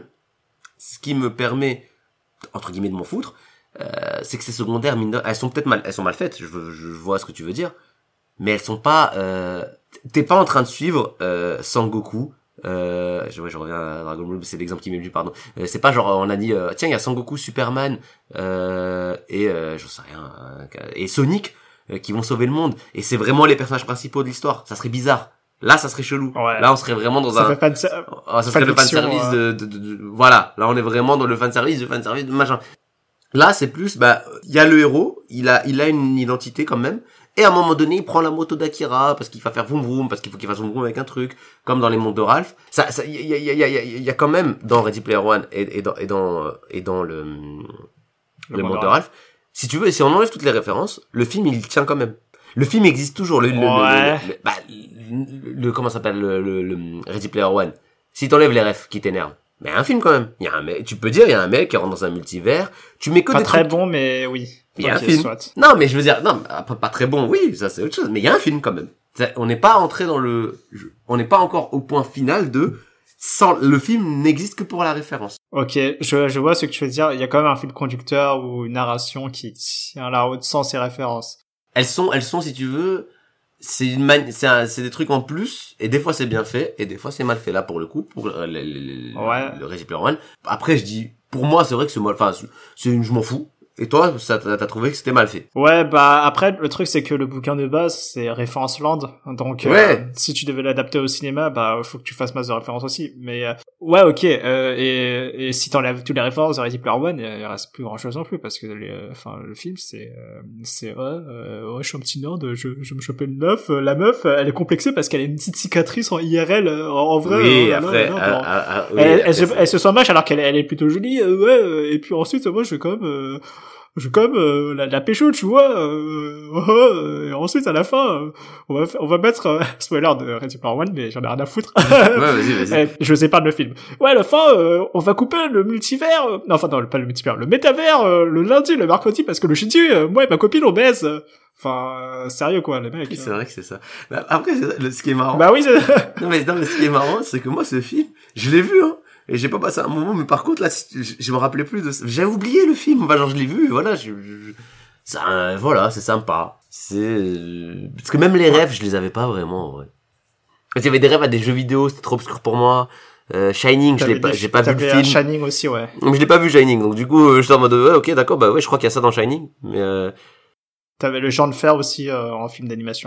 ce qui me permet, entre guillemets, de m'en foutre, euh, c'est que ces secondaires, mine de, elles sont peut-être mal, elles sont mal faites, je, je vois ce que tu veux dire, mais elles sont pas, euh, t'es pas en train de suivre, euh, Sangoku, euh, je, ouais, je reviens à Dragon Ball, c'est l'exemple qui m'est venu, pardon. Euh, c'est pas genre, on a dit, euh, tiens, il y a Sangoku, Superman, euh, et, euh, j'en sais rien, euh, et Sonic, euh, qui vont sauver le monde, et c'est vraiment les personnages principaux de l'histoire, ça serait bizarre. Là, ça serait chelou. Ouais. Là, on serait vraiment dans Ça un, fait fan ser- ah, ça serait le fan fanfiction, service euh. de, de, de, de- voilà. Là, on est vraiment dans le fan service, le fan service de machin. Là, c'est plus, bah, il y a le héros, il a, il a une identité quand même. Et à un moment donné, il prend la moto d'Akira parce qu'il va faire vroom vroom, parce qu'il faut qu'il fasse vroom vroom avec un truc, comme dans les mondes de Ralph. Ça, ça, il y a, il y a, il y a, il y a quand même dans Ready Player One et, et dans, et dans, et dans le, le, monde de Ralph. Si tu veux, si on enlève toutes les références, le film, il tient quand même. Le film existe toujours. Le, le, Ouais. le, le, le- bah, le, le- comment ça s'appelle le, le, le Ready Player One. Si t'enlèves les refs qui t'énervent, mais il y a un film quand même. Il y a un mec, tu peux dire, il y a un mec qui rentre dans un multivers. Tu mets que Pas des très trucs. bon mais oui. Il y a Ok, un film. soit. Non, mais je veux dire, non, pas, pas très bon, oui, ça c'est autre chose. Mais il y a un film quand même. Ça, on n'est pas entré dans le, on n'est pas encore au point final de, sans, le film n'existe que pour la référence. Ok, je, je vois ce que tu veux dire. Il y a quand même un fil conducteur ou une narration qui tient la route sans ces références. Elles sont, elles sont, si tu veux, c'est une mani- c'est un- c'est des trucs en plus, et des fois c'est bien fait, et des fois c'est mal fait. Là, pour le coup, pour le, le, le, Ouais. le Ready Player One. Après, je dis, pour moi, c'est vrai que c'est mal, enfin, c'est une, je m'en fous. Et toi, ça, t'as, t'as trouvé que c'était mal fait. Ouais, bah après le truc c'est que le bouquin de base c'est Référence Land, donc euh, Ouais. si tu devais l'adapter au cinéma, bah faut que tu fasses masse de références aussi. Mais euh, ouais, ok. Euh, et, et si t'enlèves toutes les références de Ready Player One, il reste plus grand chose non plus parce que les, euh, enfin le film c'est euh, c'est ouais, euh, ouais, je suis un petit nerd, je je me chopais une meuf, euh, la meuf elle est complexée parce qu'elle a une petite cicatrice en I R L euh, en, en vrai. Oui, euh, là, après, là, là, ah, bon. ah, ah, oui, elle, elle, après, se, c'est- elle se sent moche alors qu'elle elle est plutôt jolie, euh, ouais. euh, et puis ensuite moi je vais quand même euh, je vais quand même euh, la, la pécho, tu vois. Euh, euh, et ensuite à la fin, euh, on va fa- on va mettre euh, spoiler de Ready Player One, mais j'en ai rien à foutre. ouais, vas-y, vas-y. Eh, je sais pas le film. Ouais, à la fin, euh, on va couper le multivers. euh, non, enfin non, pas le multivers, le métavers euh, le lundi, le mercredi, parce que le jeudi, euh, moi et ma copine on baise. Enfin, euh, sérieux quoi, les mecs. Oui, c'est vrai que c'est ça. Mais après, c'est ça, le- ce qui est marrant. Bah oui, c'est... Non mais, non mais ce qui est marrant, c'est que moi ce film, je l'ai vu, hein, et j'ai pas passé un moment, mais par contre là, je, je me rappelais plus de ça. J'avais oublié le film, enfin genre je l'ai vu, voilà, je, je- ça, euh, voilà, c'est sympa. C'est euh, parce que même les rêves, je les avais pas vraiment, en vrai. Parce qu'il y avait des rêves à des jeux vidéo, c'était trop obscur pour moi. Euh, Shining, je l'ai pas, j'ai pas vu le T'avais un film. Shining aussi, ouais. Mais je l'ai pas vu Shining, donc du coup, euh, j'étais en mode ouais, ok, d'accord, bah ouais, je crois qu'il y a ça dans Shining, mais euh, T'avais le genre de fer aussi euh, en film d'animation.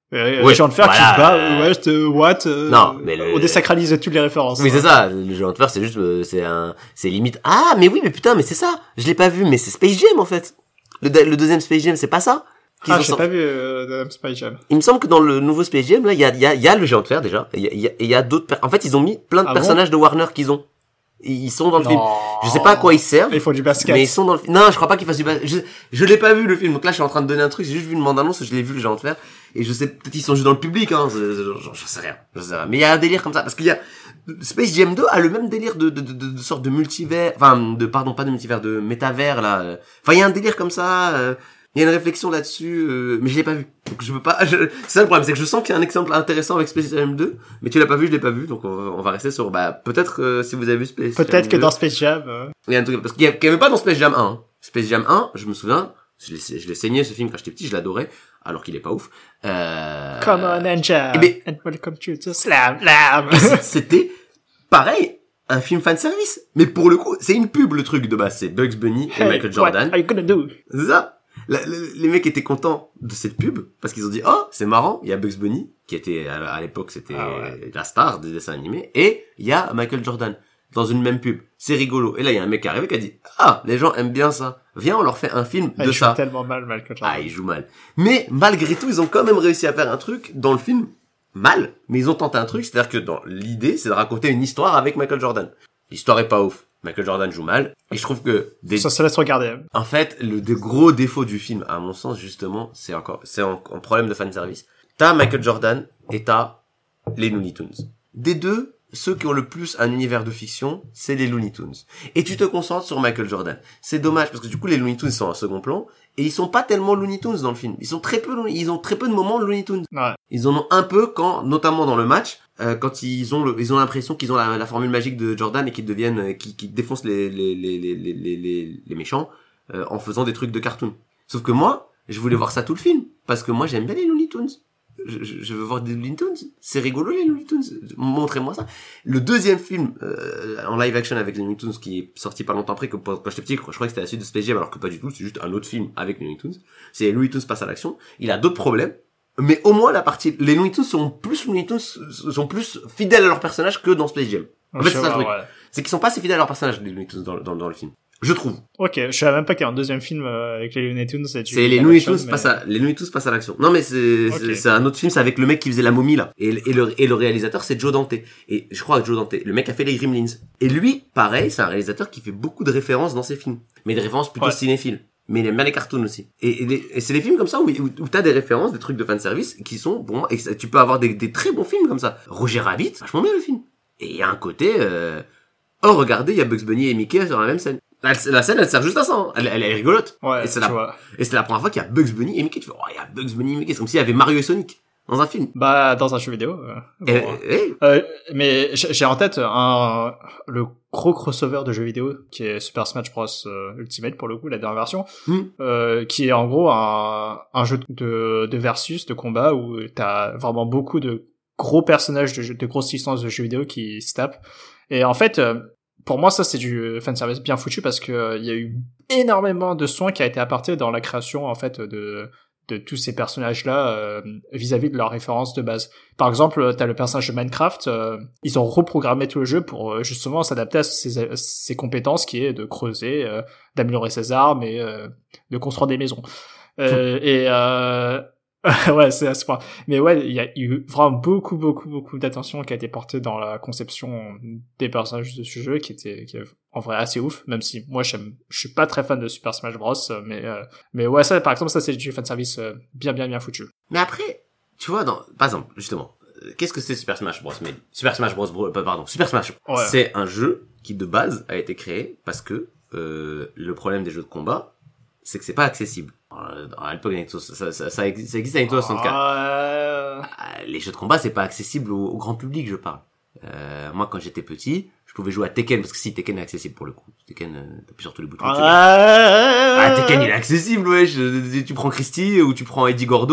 Euh, Oui, géant de fer voilà, qui se bat, euh, ouais, je what, euh, non, mais le- on désacralise toutes les références. Oui, c'est ça. Le géant de fer, c'est juste, euh, c'est un, c'est limite. Ah, mais oui, mais putain, mais c'est ça. Je l'ai pas vu, mais c'est Space Jam en fait. Le, le deuxième Space Jam, c'est pas ça. qu'ils Ah, ont j'ai sorti. pas vu euh, The Space Jam. Il me semble que dans le nouveau Space Jam, là, il y a, il y a, il y a le géant de fer déjà. Et il y a, il y a, il y a d'autres. Per... En fait, ils ont mis plein de Ah personnages de Warner qu'ils ont. Ils sont dans le Non. film. Je sais pas à quoi ils servent. Il faut du basket. Mais ils sont dans le film. Non, je crois pas qu'ils fassent du basket. Je, je l'ai pas vu le film. Donc là, je suis en train de donner un truc. J'ai juste vu une bande-annonce. Je l'ai vu le géant de fer. Et je sais, peut-être ils sont juste dans le public, hein. J'en sais rien. Je sais rien. Mais il y a un délire comme ça. Parce qu'il y a, Space Jam deux a le même délire de, de, de, de, de sorte de multivers. Enfin, de, pardon, pas de multivers, de métavers, là. Enfin, il y a un délire comme ça. Euh, il y a une réflexion là-dessus, euh, mais je l'ai pas vu. Donc je peux pas, je... c'est ça le problème, c'est que je sens qu'il y a un exemple intéressant avec Space Jam deux, mais tu l'as pas vu, je l'ai pas vu, donc on va, on va rester sur, bah, peut-être, euh, si vous avez vu Space Jam Peut-être que deux, dans Space Jam, euh... il y a un truc, parce qu'il y, a... qu'il y avait pas dans Space Jam un, hein. Space Jam un, je me souviens, je l'ai, je l'ai saigné ce film quand j'étais petit, je l'adorais, alors qu'il est pas ouf. Euh... Come on, Ninja. Eh ben- And welcome to the Slam Lam. C'était, pareil, un film fanservice. Mais pour le coup, c'est une pub, le truc de base, c'est Bugs Bunny et Hey, Michael Jordan. What are you gonna do? C'est ça. La- la- les mecs étaient contents de cette pub parce qu'ils ont dit oh c'est marrant, il y a Bugs Bunny qui était à, à l'époque c'était Ah ouais. la star des dessins animés et il y a Michael Jordan dans une même pub, c'est rigolo. Et là il y a un mec qui arrive qui a dit ah les gens aiment bien ça, viens on leur fait un film Ah, de il joue ça. tellement mal, Michael Jordan. Ah il joue mal, mais malgré tout ils ont quand même réussi à faire un truc dans le film mal, mais ils ont tenté un truc, c'est-à-dire que dans l'idée c'est de raconter une histoire avec Michael Jordan. L'histoire est pas ouf, Michael Jordan joue mal et je trouve que des... Ça se laisse regarder. En fait, le des gros défaut du film, à mon sens, justement, c'est encore, c'est un, un problème de fanservice. T'as Michael Jordan et t'as les Looney Tunes. Des deux, ceux qui ont le plus un univers de fiction, c'est les Looney Tunes. Et tu te concentres sur Michael Jordan. C'est dommage parce que du coup, les Looney Tunes sont en second plan et ils sont pas tellement Looney Tunes dans le film. Ils sont très peu, ils ont très peu de moments Looney Tunes. Ouais. Ils en ont un peu quand, notamment dans le match, euh, quand ils ont le, ils ont l'impression qu'ils ont la, la formule magique de Jordan et qu'ils deviennent, euh, qui, qui défoncent les, les, les, les, les, les, les méchants, euh, en faisant des trucs de cartoon. Sauf que moi, je voulais voir ça tout le film. Parce que moi, j'aime bien les Looney Tunes. Je, je, je veux voir des Looney Tunes. C'est rigolo, les Looney Tunes. Montrez-moi ça. Le deuxième film, euh, en live action avec les Looney Tunes, qui est sorti pas longtemps après, que quand j'étais petit, je crois que c'était la suite de Space Jam, alors que pas du tout, c'est juste un autre film avec les Looney Tunes. C'est Looney Tunes passe à l'action. Il a d'autres problèmes. Mais au moins, la partie, les Looney Tunes sont plus Looney Tunes, sont plus fidèles à leur personnage que dans Space Jam. En fait, Je c'est ça le vois, truc. ouais. C'est qu'ils sont pas assez fidèles à leur personnage, les Looney Tunes, dans, dans, dans le film. Je trouve. Ok, je savais même pas qu'il y a un deuxième film euh, avec les Looney Tunes. et du- C'est les live Looney action, Tunes mais- passent à, les Looney Tunes passent à l'action. Non, mais c'est, Ok. c'est, c'est un autre film, c'est avec le mec qui faisait la momie, là. Et, et le, et le réalisateur, c'est Joe Dante. Et je crois que Joe Dante, le mec a fait les Gremlins. Et lui, pareil, c'est un réalisateur qui fait beaucoup de références dans ses films. Mais des références plutôt Ouais. cinéphiles. Mais il aime bien les cartoons aussi. Et, et, les- et c'est des films comme ça où, où, où t'as des références, des trucs de fanservice qui sont, pour moi, et ça- tu peux avoir des, des très bons films comme ça. Roger Rabbit, vachement bien le film. Et il y a un côté, euh, oh, regardez, il y a Bugs Bunny et Mickey sur la même scène. La, la scène, elle sert juste à ça, hein. elle, elle est rigolote. Ouais, et c'est tu la, vois. et c'est la première fois qu'il y a Bugs Bunny et Mickey. Tu fais, oh, il y a Bugs Bunny et Mickey. C'est comme s'il y avait Mario et Sonic dans un film. Bah, dans un jeu vidéo. euh, bon, Et, ouais. et- Euh, mais j'ai j'ai en tête un, le gros crossover de jeux vidéo qui est Super Smash Bros euh, Ultimate pour le coup, la dernière version, Hmm. euh, qui est en gros un, un jeu de, de versus, de combat où t'as vraiment beaucoup de gros personnages de, jeux- de grosses licences de jeux vidéo qui se tapent. Et en fait, euh, pour moi, ça c'est du fanservice bien foutu parce que euh, il y a eu énormément de soin qui a été apporté dans la création en fait de de tous ces personnages-là euh, vis-à-vis de leurs références de base. Par exemple, t'as le personnage de Minecraft, euh, ils ont reprogrammé tout le jeu pour euh, justement s'adapter à ses, ses compétences qui est de creuser, euh, d'améliorer ses armes et euh, de construire des maisons. Euh, et euh, ouais, c'est à ce point. Mais ouais, il y a eu vraiment beaucoup, beaucoup, beaucoup d'attention qui a été portée dans la conception des personnages de ce jeu, qui était, qui est en vrai assez ouf, même si moi j'aime, je suis pas très fan de Super Smash Bros, mais euh, mais ouais, ça, par exemple, ça c'est du fanservice euh, bien, bien, bien foutu. mais après, tu vois, dans, par exemple, justement, euh, qu'est-ce que c'est Super Smash Bros? Mais Super Smash Bros, Bro- euh, pardon, Super Smash. Ouais. C'est un jeu qui, de base, a été créé parce que, euh, le problème des jeux de combat, c'est que c'est pas accessible. Euh, À l'époque, ça, ça, ça, ça existe ça existe à Nintendo soixante-quatre. Euh... Euh, Les jeux de combat, c'est pas accessible au, au grand public, je parle. Euh, moi, quand j'étais petit, je pouvais jouer à Tekken, parce que si, Tekken est accessible pour le coup. Tekken, euh, t'appuies sur tous les boutons. tu gagnes. Ah, Ah, Tekken, il est accessible, ouais. Tu prends Christy ou tu prends Eddie Gordo,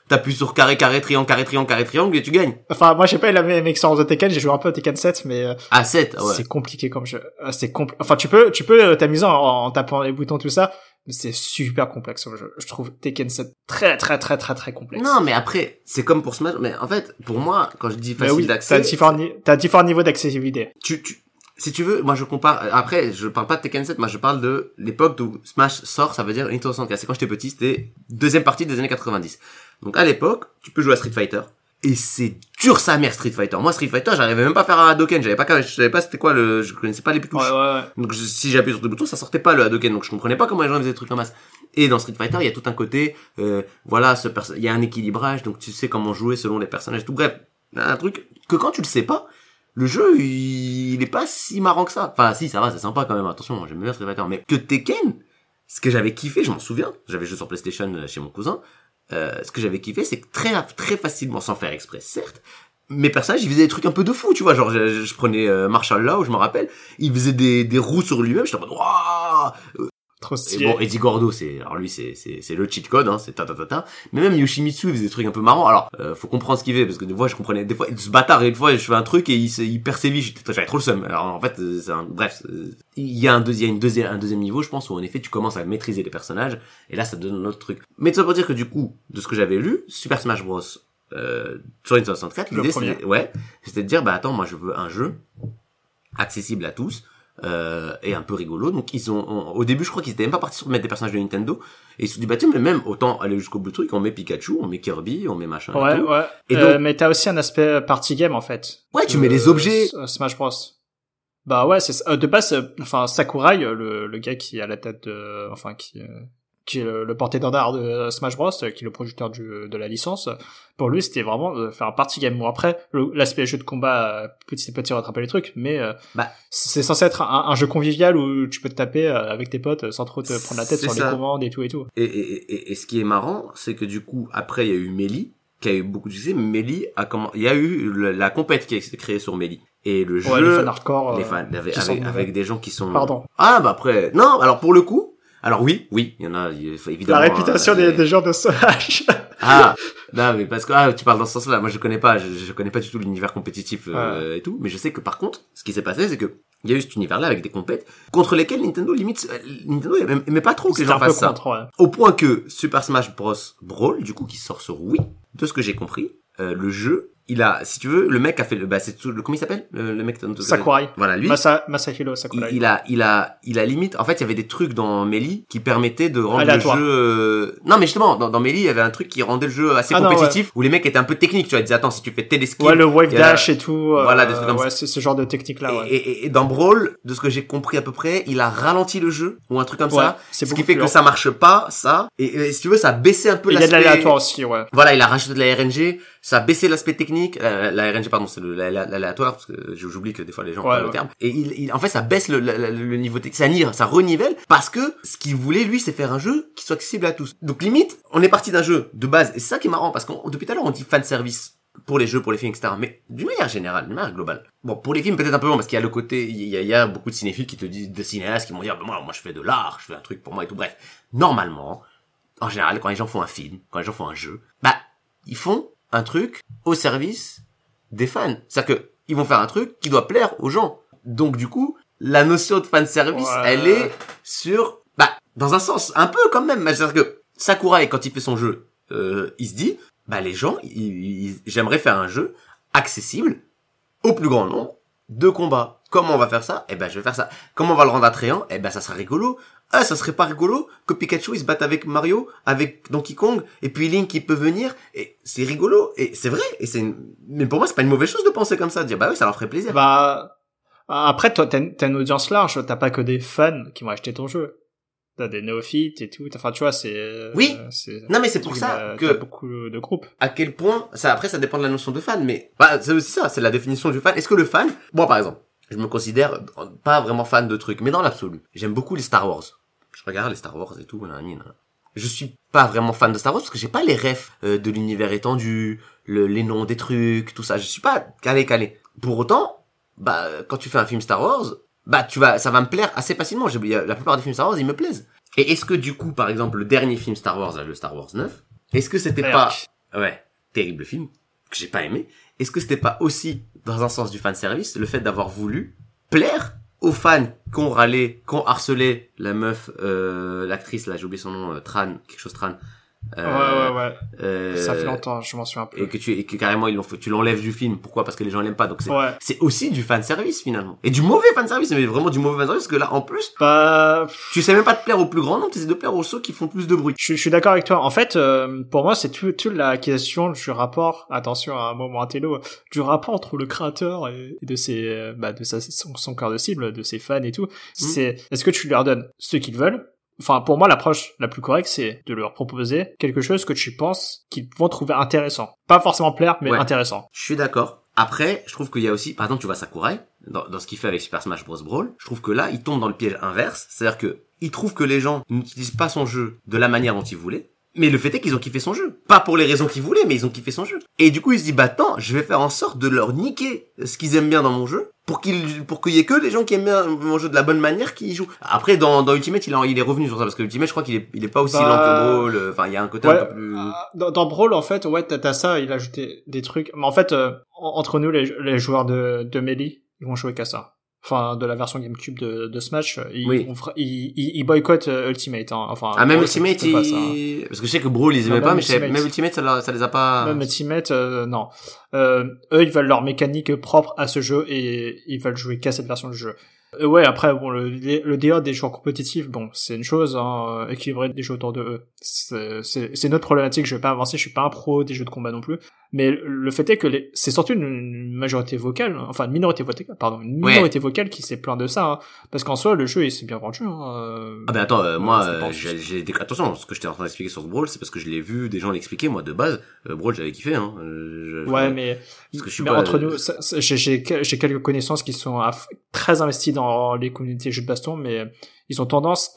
t'appuies sur carré, carré, triangle, carré, triangle, carré, triangle et tu gagnes. Enfin, moi, j'ai pas eu la même expérience de Tekken, j'ai joué un peu à Tekken sept, mais euh, Ah, sept, ouais. c'est compliqué comme jeu. Euh, C'est compl... Enfin, tu peux, tu peux t'amuser en, en tapant les boutons, tout ça, mais c'est super complexe comme jeu. Je trouve Tekken sept très, très, très, très, très complexe. Non, mais après, c'est comme pour Smash, mais en fait, pour moi, quand je dis mais facile oui, d'accès. t'as différents, ni- t'as différents niveaux d'accessibilité. Tu, tu, si tu veux, moi je compare, après, je parle pas de Tekken sept, moi je parle de l'époque où Smash sort, ça veut dire Nintendo soixante-quatre. C'est quand j'étais petit, c'était deuxième partie des années quatre-vingt-dix. Donc à l'époque, tu peux jouer à Street Fighter. Et c'est dur sa mère Street Fighter. Moi Street Fighter, j'arrivais même pas à faire un Hadoken, j'avais pas, je savais pas c'était quoi le, je connaissais pas les touches. Ouais, ouais, ouais. Donc je- si j'appuyais sur des boutons, ça sortait pas le Hadoken, donc je comprenais pas comment les gens faisaient des trucs en masse. Et dans Street Fighter, il y a tout un côté, euh, voilà, ce perso- il y a un équilibrage, donc tu sais comment jouer selon les personnages, tout. Bref, un truc que quand tu le sais pas, le jeu, il, il est pas si marrant que ça. Enfin, si, ça va, c'est sympa quand même. Attention, j'aime bien Street Fighter, mais que Tekken, ce que j'avais kiffé, je m'en souviens, j'avais joué sur PlayStation chez mon cousin. Euh, ce que j'avais kiffé, c'est que très très facilement, sans faire exprès, certes, mes personnages, ils faisaient des trucs un peu de fou, tu vois. Genre, je, je prenais euh, Marshall Law, je me rappelle, il faisait des des roues sur lui-même. J'étais en mode waouh. Trop Et stylé. bon, Eddie Gordo, c'est, alors lui, c'est, c'est, c'est le cheat code, hein, c'est ta ta ta ta. Mais même Yoshimitsu, il faisait des trucs un peu marrants. Alors, euh, faut comprendre ce qu'il fait, parce que des fois, je comprenais, des fois, ce bâtard, une fois, je fais un truc et il, se- il persévit, j'étais, j'avais trop le seum. Alors, en fait, euh, c'est un, bref, euh, il y a un deuxième, une deuxième, un deuxième niveau, je pense, où en effet, tu commences à maîtriser les personnages, et là, ça te donne un autre truc. Mais tout ça pour dire que du coup, de ce que j'avais lu, Super Smash Bros, euh, sur Nintendo soixante-quatre, Le l'idée, premier. c'était, ouais, c'était de dire, bah, attends, moi, je veux un jeu accessible à tous, euh, et un peu rigolo. Donc ils ont, on- au début je crois qu'ils étaient même pas partis sur mettre des personnages de Nintendo, et ils se sont dit bah tiens, mais même autant aller jusqu'au bout du truc, on met Pikachu, on met Kirby, on met machin et Ouais, tout. ouais. Et Euh, donc- mais t'as aussi un aspect party game, en fait. Ouais, tu de- mets les objets. S- Smash Bros. Bah ouais, c'est euh, de base, euh, enfin Sakurai, euh, le, le gars qui est à la tête de, enfin qui, euh, qui est le, le porte-étendard de Smash Bros, euh, qui est le producteur du, de la licence. Pour lui, c'était vraiment de faire un party game. Bon après, le- l'aspect jeu de combat, euh, petit à petit rattraper les trucs, mais euh, Bah. c'est censé être un, un jeu convivial où tu peux te taper euh, avec tes potes euh, sans trop te prendre la tête C'est sur ça. les commandes et tout et tout. Et, et, et, et ce qui est marrant, c'est que du coup après il y a eu Melee, qui a eu beaucoup de succès. Mais Melee a comment, il y a eu le- la compète qui a été créée sur Melee. Et le jeu, Ouais, les fans hardcore. les euh, fans, avec, qui sont avec, mauvais. avec des gens qui sont. Pardon. Ah bah après, non, alors pour le coup, alors oui, oui, il y en a, il faut évidemment. La réputation euh, des, des gens de Solange. Ah, non, mais parce que, ah, tu parles dans ce sens-là. Moi, je connais pas, je, je connais pas du tout l'univers compétitif, euh, et tout. Mais je sais que par contre, ce qui s'est passé, c'est que, il y a eu cet univers-là avec des compètes, contre lesquels Nintendo, limite, euh, Nintendo aimait, aimait pas trop que les C'était gens un peu fassent ça. contre, ouais. Au point que Super Smash Bros. Brawl, du coup, qui sort sur Wii, de ce que j'ai compris, euh, le jeu, il a, si tu veux, le mec a fait le, bah, c'est tout, le, comment il s'appelle? Le, le mec, Sakurai. Voilà, lui. Masa, Masahiro Il, Sakurai. il a, il a, il a limite. En fait, il y avait des trucs dans Melee qui permettaient de rendre Aléatoire. le jeu. euh, Non, mais justement, dans, dans Melee, il y avait un truc qui rendait le jeu assez Ah non, compétitif, où les mecs étaient un peu techniques. Tu vois, ils disaient attends, si tu fais tel esquive. Ouais, le wave il y a- dash et tout. euh, Voilà, des trucs comme ouais, ça. c'est ce genre de technique là, Et, ouais. et, et- et dans Brawl, de ce que j'ai compris à peu près, il a ralenti le jeu ou un truc comme Ouais, ça, c'est ce beaucoup qui fait plus que lent. ça marche pas, ça. Et, et si tu veux, ça a baissé un peu Il y a de l'aspect. l'aléatoire aussi, ouais. Voilà, il a rajouté de la R N G, ça a baissé l'aspect technique, euh, la R N G pardon, c'est le- la- la- l'aléatoire parce que j'oublie que des fois les gens Ouais, parlent le ouais. terme. Et il, il- en fait, ça baisse le, le, le- le niveau technique, ça nire, ça renivelle parce que ce qu'il voulait lui, c'est faire un jeu qui soit accessible à tous. Donc limite, on est parti d'un jeu de base et c'est ça qui est marrant parce que depuis tout à l'heure on dit fan service pour les jeux, pour les films, et cetera. Mais d'une manière générale, d'une manière globale. Bon, pour les films peut-être un peu moins parce qu'il y a le côté, il y a, il y a beaucoup de cinéphiles qui te disent, de cinéastes qui vont dire, bah, moi, moi je fais de l'art, je fais un truc pour moi et tout. Bref, normalement, en général, quand les gens font un film, quand les gens font un jeu, bah ils font un truc au service des fans. C'est-à-dire que ils vont faire un truc qui doit plaire aux gens. Donc du coup, la notion de fan service, Ouais. elle est sur, bah, dans un sens, un peu quand même. C'est-à-dire que Sakurai, quand il fait son jeu, euh, il se dit, bah les gens, ils- ils- j'aimerais faire un jeu accessible au plus grand nombre de combats. Comment on va faire ça? Eh ben, je vais faire ça. Comment on va le rendre attrayant? Eh ben, ça sera rigolo. Ah, ça serait pas rigolo que Pikachu il se batte avec Mario, avec Donkey Kong, et puis Link il peut venir, et c'est rigolo, et c'est vrai, et c'est une... mais pour moi c'est pas une mauvaise chose de penser comme ça, de dire bah oui ça leur ferait plaisir. Bah, après, toi, t'as une, t'as une audience large, t'as pas que des fans qui vont acheter ton jeu. T'as des néophytes et tout. Enfin, tu vois, c'est... Oui. euh, c'est, Non mais c'est pour tu- ça t'as- que t'as beaucoup de groupes. à quel point ça après ça dépend de la notion de fan, mais bah c'est aussi ça, c'est la définition du fan. Est-ce que le fan, moi par exemple, je me considère pas vraiment fan de trucs, mais dans l'absolu, j'aime beaucoup les Star Wars. Je regarde les Star Wars et tout, nanani, nanana. Je suis pas vraiment fan de Star Wars parce que j'ai pas les refs euh, de l'univers étendu, le, les noms des trucs, tout ça. Je suis pas calé calé. Pour autant, bah quand tu fais un film Star Wars, bah tu vas, ça va me plaire assez facilement. J'ai, la plupart des films Star Wars, ils me plaisent. Et est-ce que du coup, par exemple, le dernier film Star Wars, là, le Star Wars neuf, est-ce que c'était Arc. pas ouais, terrible film, que j'ai pas aimé. Est-ce que c'était pas aussi, dans un sens du fanservice, le fait d'avoir voulu plaire aux fans qui ont râlé, qui ont harcelé la meuf, euh, l'actrice, là, j'ai oublié son nom, euh, Tran, quelque chose Tran. Euh, ouais, ouais, ouais. Euh, ça fait longtemps, je m'en souviens un peu. Et que tu, et que carrément, ils l'ont fait, tu l'enlèves du film. Pourquoi? Parce que les gens l'aiment pas. Donc c'est, ouais. c'est aussi du fanservice, finalement. Et du mauvais fanservice, mais vraiment du mauvais fanservice, parce que là, en plus, bah, tu sais même pas te plaire au plus grand nombre, tu essaies de plaire aux ceux qui font plus de bruit. Je, je suis d'accord avec toi. En fait, euh, pour moi, c'est toute tout la question du rapport, attention à un moment intello, du rapport entre le créateur et, et de ses, euh, bah, de sa, son, son cœur de cible, de ses fans et tout. Mmh. C'est, est-ce que tu leur donnes ce qu'ils veulent? Enfin, pour moi, l'approche la plus correcte, c'est de leur proposer quelque chose que tu penses qu'ils vont trouver intéressant. Pas forcément plaire, mais ouais, intéressant. Je suis d'accord. Après, je trouve qu'il y a aussi, par exemple, tu vois Sakurai, dans, dans ce qu'il fait avec Super Smash Bros. Brawl, je trouve que là, il tombe dans le piège inverse. C'est-à-dire que, il trouve que les gens n'utilisent pas son jeu de la manière dont ils voulaient. Mais le fait est qu'ils ont kiffé son jeu. Pas pour les raisons qu'ils voulaient, mais ils ont kiffé son jeu. Et du coup, il se dit, bah, attends, je vais faire en sorte de leur niquer ce qu'ils aiment bien dans mon jeu, pour qu'il, pour qu'il y ait que les gens qui aiment bien mon jeu de la bonne manière qui y jouent. Après, dans, dans Ultimate, il, a, il est revenu sur ça, parce que Ultimate, je crois qu'il est, il est pas aussi bah... lent que Brawl. Enfin, il y a un côté ouais, un peu plus... Dans, dans Brawl, en fait, ouais, t'as, t'as ça, il a ajouté des trucs. Mais en fait, euh, entre nous, les, les joueurs de, de Melee, ils vont jouer qu'à ça. Enfin, de la version GameCube de, de Smash, ils, oui. ils, ils, ils boycottent Ultimate, hein. Enfin. Ah, même Ultimate, ils... pas, parce que je sais que Brawl, ils aimaient pas, mais je sais, même Ultimate, ça, leur, ça les a pas... Même Ultimate, euh, non. Euh, eux, ils veulent leur mécanique propre à ce jeu et ils veulent jouer qu'à cette version du jeu. Euh, ouais, après, bon, le, le D A des joueurs compétitifs, bon, c'est une chose, hein, équilibrer des jeux autour de eux. C'est, c'est, c'est notre problématique, je vais pas avancer, je suis pas un pro des jeux de combat non plus. Mais le fait est que les, c'est surtout une majorité vocale, enfin, une minorité vocale, pardon, une minorité ouais. vocale qui s'est plaint de ça, hein, parce qu'en soi, le jeu, il s'est bien vendu, hein. Ah, ben, attends, euh, moi, euh, j'ai, j'ai des, attention, ce que j'étais en train d'expliquer sur ce Brawl, c'est parce que je l'ai vu, des gens l'expliquer, moi, de base, euh, Brawl, j'avais kiffé, hein. Je, je, ouais, mais, parce que je suis mais pas, entre euh... nous, ça, ça, j'ai, j'ai, j'ai quelques connaissances qui sont à, très investies dans les communautés jeux de baston, mais ils ont tendance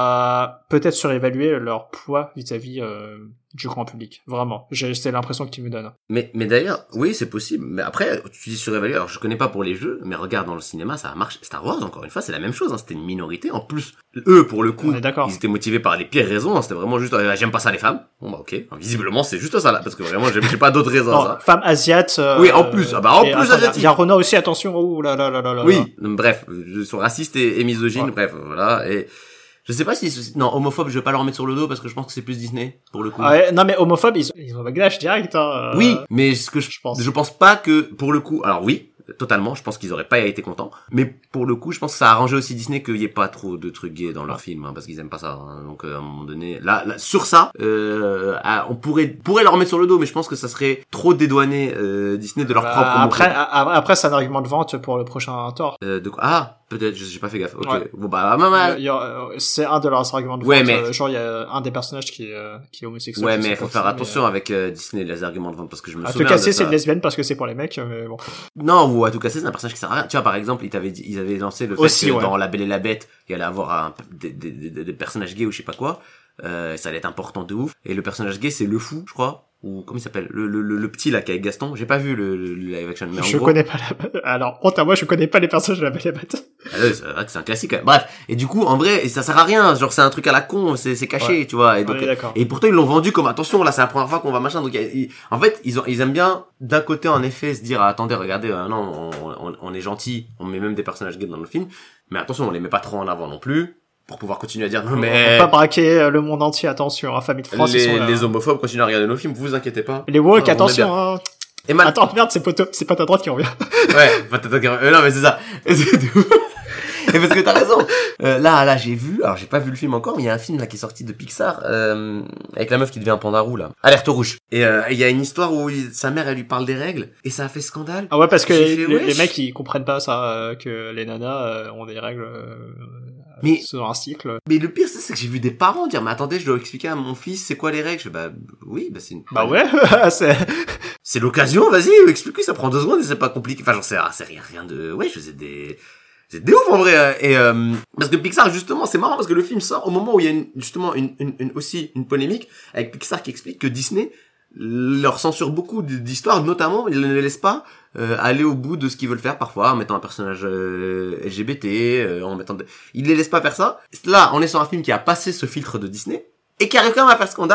à peut-être surévaluer leur poids vis-à-vis euh, du grand public. Vraiment. J'ai, c'est l'impression qu'ils me donnent. Mais, mais d'ailleurs, oui, c'est possible. Mais après, tu dis surévaluer. Alors, je connais pas pour les jeux, mais regarde, dans le cinéma, ça a marché. Star Wars, encore une fois, c'est la même chose, hein. C'était une minorité. En plus, eux, pour le coup, ils étaient motivés par les pires raisons, hein. C'était vraiment juste, euh, j'aime pas ça les femmes. Bon, bah, ok. Enfin, visiblement, c'est juste ça, là. Parce que vraiment, j'ai, j'ai pas d'autres raisons, non, ça. Femmes asiates. Euh, oui, en plus. Ah, bah, en plus, asiatique. Il y a Rona aussi, attention. Oh là là là là là. Oui. Bref, ils sont racistes et, et misogynes. Ouais. Bref, voilà. Et, je sais pas si, non, homophobe, je vais pas leur mettre sur le dos parce que je pense que c'est plus Disney, pour le coup. Ah ouais, non, mais homophobe, ils, ils ont backlash direct, hein. Euh... Oui, mais ce que je, je pense, je pense pas que, pour le coup, alors oui, totalement, je pense qu'ils auraient pas été contents, mais pour le coup, je pense que ça a arrangé aussi Disney qu'il y ait pas trop de trucs gays dans leurs films, hein, parce qu'ils aiment pas ça, hein. Donc, euh, à un moment donné, là, là sur ça, euh, on pourrait, pourrait leur mettre sur le dos, mais je pense que ça serait trop dédouaner, euh, Disney de leur bah, propre après, a, après, c'est un argument de vente pour le prochain Thor. Euh, de quoi? Ah! Peut-être, j'ai pas fait gaffe. Ok. Ouais. Bon bah, maman. Il y a, c'est un de leurs arguments de vente. Ouais, mais... euh, genre, il y a un des personnages qui est, euh, qui est homosexuel. Ouais, mais il faut faire attention mais, euh... avec euh, Disney, les arguments de vente, parce que je me à souviens. À tout casser, de c'est une lesbienne parce que c'est pour les mecs, mais bon. Non, ou à tout casser, c'est un personnage qui sert à rien. Tu vois, par exemple, ils t'avaient dit, ils avaient lancé le fait Aussi, que ouais. dans La Belle et la Bête, il y allait avoir un, des, des, des, des personnages gays ou je sais pas quoi. Euh, ça allait être important de ouf. Et le personnage gay, c'est le fou, je crois. Ou comment il s'appelle, le, le le le petit là qui est avec Gaston. J'ai pas vu le, le, le live action, mais en je gros... connais pas la... alors honte à moi, je connais pas les personnages de La Belle et la Bête. Ah ouais, c'est vrai que c'est un classique. Bref, et du coup en vrai ça sert à rien, genre c'est un truc à la con, c'est c'est caché, ouais. Tu vois. Et donc et pourtant ils l'ont vendu comme attention, là c'est la première fois qu'on va machin. Donc ils, en fait ils ont ils aiment bien d'un côté en effet se dire ah, attendez regardez euh, non on, on on est gentil, on met même des personnages gays dans le film, mais attention on les met pas trop en avant non plus. Pour pouvoir continuer à dire non mais... On va pas braquer le monde entier, attention, hein, famille de France, les, ils sont là, les hein. homophobes continuent à regarder nos films, vous vous inquiétez pas. Les woke, non, attention, hein. Et man... Attends, merde, c'est pas, c'est pas ta droite qui revient. Ouais, pas ta droite qui revient. Euh, non, mais c'est ça. Et c'est tout. Et parce que t'as raison. Euh, là, là, j'ai vu, alors j'ai pas vu le film encore, mais il y a un film là qui est sorti de Pixar, euh, avec la meuf qui devient un panda roux, là. Alerte rouge. Et euh, il y a une histoire où il, sa mère, elle lui parle des règles, et ça a fait scandale. Ah ouais, parce que les, fait, les mecs, ils comprennent pas ça, euh, que les nanas euh, ont des règles... Euh... Mais, sur un cycle. Mais le pire, c'est que j'ai vu des parents dire, mais attendez, je dois expliquer à mon fils, c'est quoi les règles? Je fais, bah, oui, bah, c'est une... Bah ouais, c'est... C'est l'occasion, vas-y, explique-lui, ça prend deux secondes et c'est pas compliqué. Enfin, j'en sais, c'est rien, rien de, ouais, je faisais des, c'est des ouf, en vrai. Et, euh, parce que Pixar, justement, c'est marrant parce que le film sort au moment où il y a une, justement, une, une, une, aussi une polémique avec Pixar qui explique que Disney leur censure beaucoup d'histoires, notamment, ils ne les laissent pas euh, aller au bout de ce qu'ils veulent faire parfois, en mettant un personnage euh, L G B T, euh, en mettant... De... Ils les laissent pas faire ça. Là, on est sur un film qui a passé ce filtre de Disney, et qui arrive quand même à faire scandale,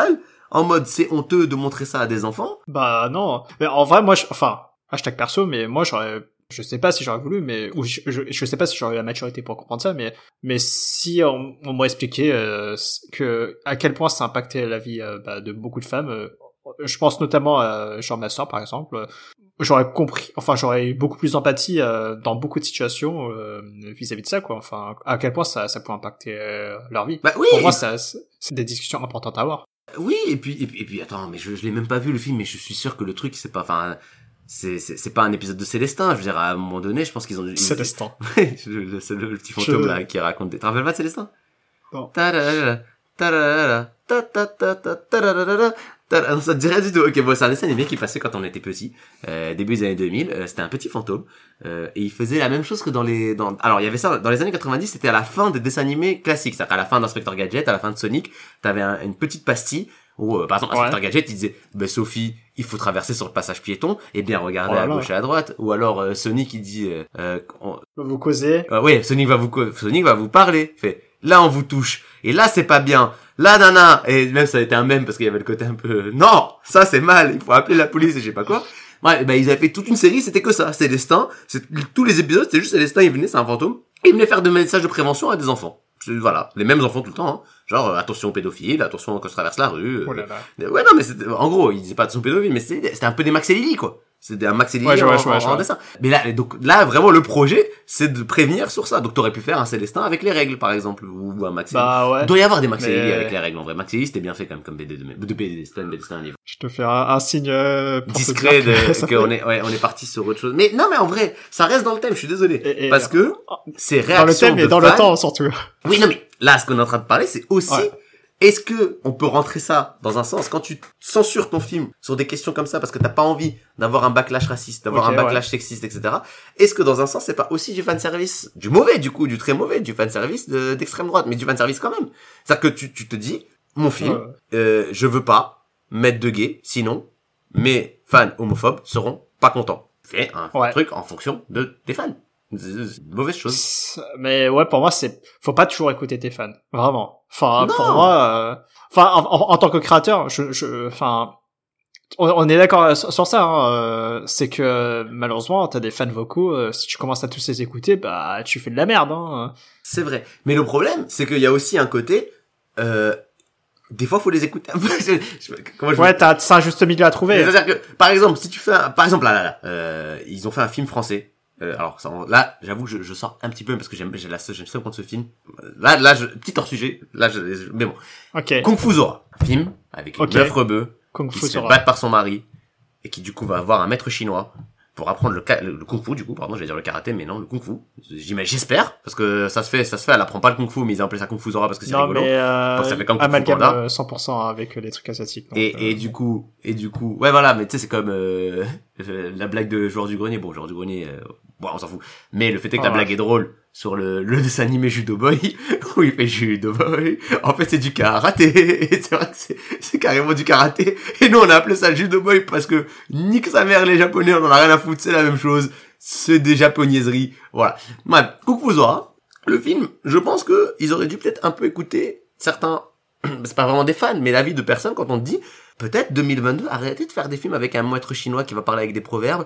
en mode c'est honteux de montrer ça à des enfants. Bah non. Mais en vrai, moi, je, enfin, hashtag perso, mais moi j'aurais, je sais pas si j'aurais voulu, mais ou je, je, je sais pas si j'aurais eu la maturité pour comprendre ça, mais mais si on, on m'a expliqué euh, que à quel point ça impactait la vie euh, bah, de beaucoup de femmes, euh, je pense notamment à genre ma soeur par exemple, euh, j'aurais compris, enfin j'aurais eu beaucoup plus d'empathie euh, dans beaucoup de situations euh, vis-à-vis de ça quoi. Enfin à quel point ça ça peut impacter euh, leur vie. Bah oui. Pour moi, ça c'est des discussions importantes à avoir. Oui, et puis et puis, et puis attends, mais je, je l'ai même pas vu le film, mais je suis sûr que le truc c'est pas, enfin. C'est, c'est, c'est pas un épisode de Célestin, je veux dire, à un moment donné, je pense qu'ils ont dû... Célestin. Ouais, c'est le, le petit fantôme, je... là, qui raconte des... Tu te rappelles pas de Célestin? Non. Ta-da-da-da, ta-da-da-da, ta-ta-ta-ta, ta-da-da-da, ta-da. Non, ça te dit rien du tout. Ok, bon, c'est un dessin animé qui passait quand on était petit, euh, début des années deux mille, euh, c'était un petit fantôme, euh, et il faisait la même chose que dans les... Dans... Alors, il y avait ça, dans les années quatre-vingt-dix, c'était à la fin des dessins animés classiques, c'est-à-dire à la fin d'Inspecteur Gadget, à la fin de Sonic, t'avais un, une petite pastille, où, euh, par exemple, Inspecteur ouais. Gadget, il disait, ben, Sophie, il faut traverser sur le passage piéton, et bien regarder oh à gauche et à droite. Ou alors, euh, Sonic, il dit, euh, euh, on... vous causer. Euh, oui, Sonic va vous, Sonic va vous parler. Fait, là, on vous touche. Et là, c'est pas bien. Là, nana. Et même, ça a été un mème parce qu'il y avait le côté un peu, non, ça, c'est mal. Il faut appeler la police et je sais pas quoi. Ouais, ben, ils avaient fait toute une série, c'était que ça. Célestin. C'est, tous les épisodes, c'était juste Célestin, il venait, c'est un fantôme. Et il venait faire des messages de prévention à des enfants. Voilà, les mêmes enfants tout le temps, hein. Genre, euh, attention aux pédophiles, attention quand je traverse la rue. Euh, oh là là. Euh, ouais, non, mais c'était, en gros, ils disaient pas attention aux pédophiles, mais c'était, c'était un peu des Max et Lily, quoi. C'était un Max et Lily ouais, en, ouais, ouais, en, en dessin. Mais là, donc, là, vraiment, le projet, c'est de prévenir sur ça. Donc, t'aurais pu faire un Célestin avec les règles, par exemple, ou un Max et Lily. Bah, ouais. Il doit y avoir des Max et mais... Lily avec les règles, en vrai. Max et Lily, c'était bien fait, quand même, comme B D de, de B D, c'était un B D, c'était un livre. Je te fais un, un signe, euh, pour discret de, qu'on fait... est, ouais, on est parti sur autre chose. Mais, non, mais en vrai, ça reste dans le thème, je suis désolé. Et, et, parce que, c'est réaction dans le thème de et dans fans... le temps, surtout. Oui, non, mais, là, ce qu'on est en train de parler, c'est aussi, ouais. Est-ce que on peut rentrer ça dans un sens quand tu censures ton film sur des questions comme ça parce que t'as pas envie d'avoir un backlash raciste, d'avoir okay, un backlash ouais. sexiste, et cetera. Est-ce que dans un sens c'est pas aussi du fanservice, du mauvais du coup, du très mauvais, du fanservice de, d'extrême droite, mais du fanservice quand même. C'est-à-dire que tu, tu te dis, mon film, ouais. euh, je veux pas mettre de gay, sinon mes fans homophobes seront pas contents. Fais un ouais. truc en fonction de tes fans. C'est une mauvaise chose. Mais ouais, pour moi, c'est, faut pas toujours écouter tes fans. Vraiment. Enfin, non. Pour moi, enfin, euh... en, en, en tant que créateur, je, je, enfin, on, on est d'accord sur ça, hein. Euh, c'est que, malheureusement, t'as des fans vocaux, euh, si tu commences à tous les écouter, bah, tu fais de la merde, hein. C'est vrai. Mais le problème, c'est qu'il y a aussi un côté, euh, des fois, faut les écouter un peu. Comment je ouais, t'as, c'est un juste milieu à trouver. C'est-à-dire que, par exemple, si tu fais un, par exemple, là, là, là, euh, ils ont fait un film français. Euh, alors ça, là, j'avoue que je, je sors un petit peu parce que j'aime, j'ai la, j'aime ça contre ce film. Là, là, je, petit hors sujet. Là, je, je mais bon. Ok. Kung Fu Zora, un film avec une okay. meuf rebeu Kung qui Fu se Zora. fait battre par son mari et qui du coup va avoir un maître chinois pour apprendre le, le, le Kung Fu. Du coup, pardon, j'allais dire le karaté, mais non, le Kung Fu. J'imagine, j'espère, parce que ça se fait, ça se fait. Elle apprend pas le Kung Fu, mais ils ont appelé ça Kung Fu Zora parce que c'est non, rigolo. Mais euh, donc ça fait comme Kung Fu Panda. cent pour cent avec les trucs asiatiques. Donc, et euh... et du coup, et du coup, ouais voilà, mais tu sais c'est comme euh, la blague de Joueur du Grenier. Bon, Joueur du Grenier. Euh, Bon, on s'en fout. Mais le fait est que oh, la blague ouais. est drôle sur le, le dessin animé Judo Boy, où il fait Judo Boy. En fait, c'est du karaté. Et c'est vrai que c'est, c'est carrément du karaté. Et nous, on a appelé ça Judo Boy parce que nique sa mère, les Japonais, on en a rien à foutre, c'est la même chose. C'est des japonaiseries. Voilà. Bref, Kung Fu Zora, le film, je pense que ils auraient dû peut-être un peu écouter certains, c'est pas vraiment des fans, mais l'avis de personnes quand on te dit, peut-être deux mille vingt-deux, arrêtez de faire des films avec un maître chinois qui va parler avec des proverbes,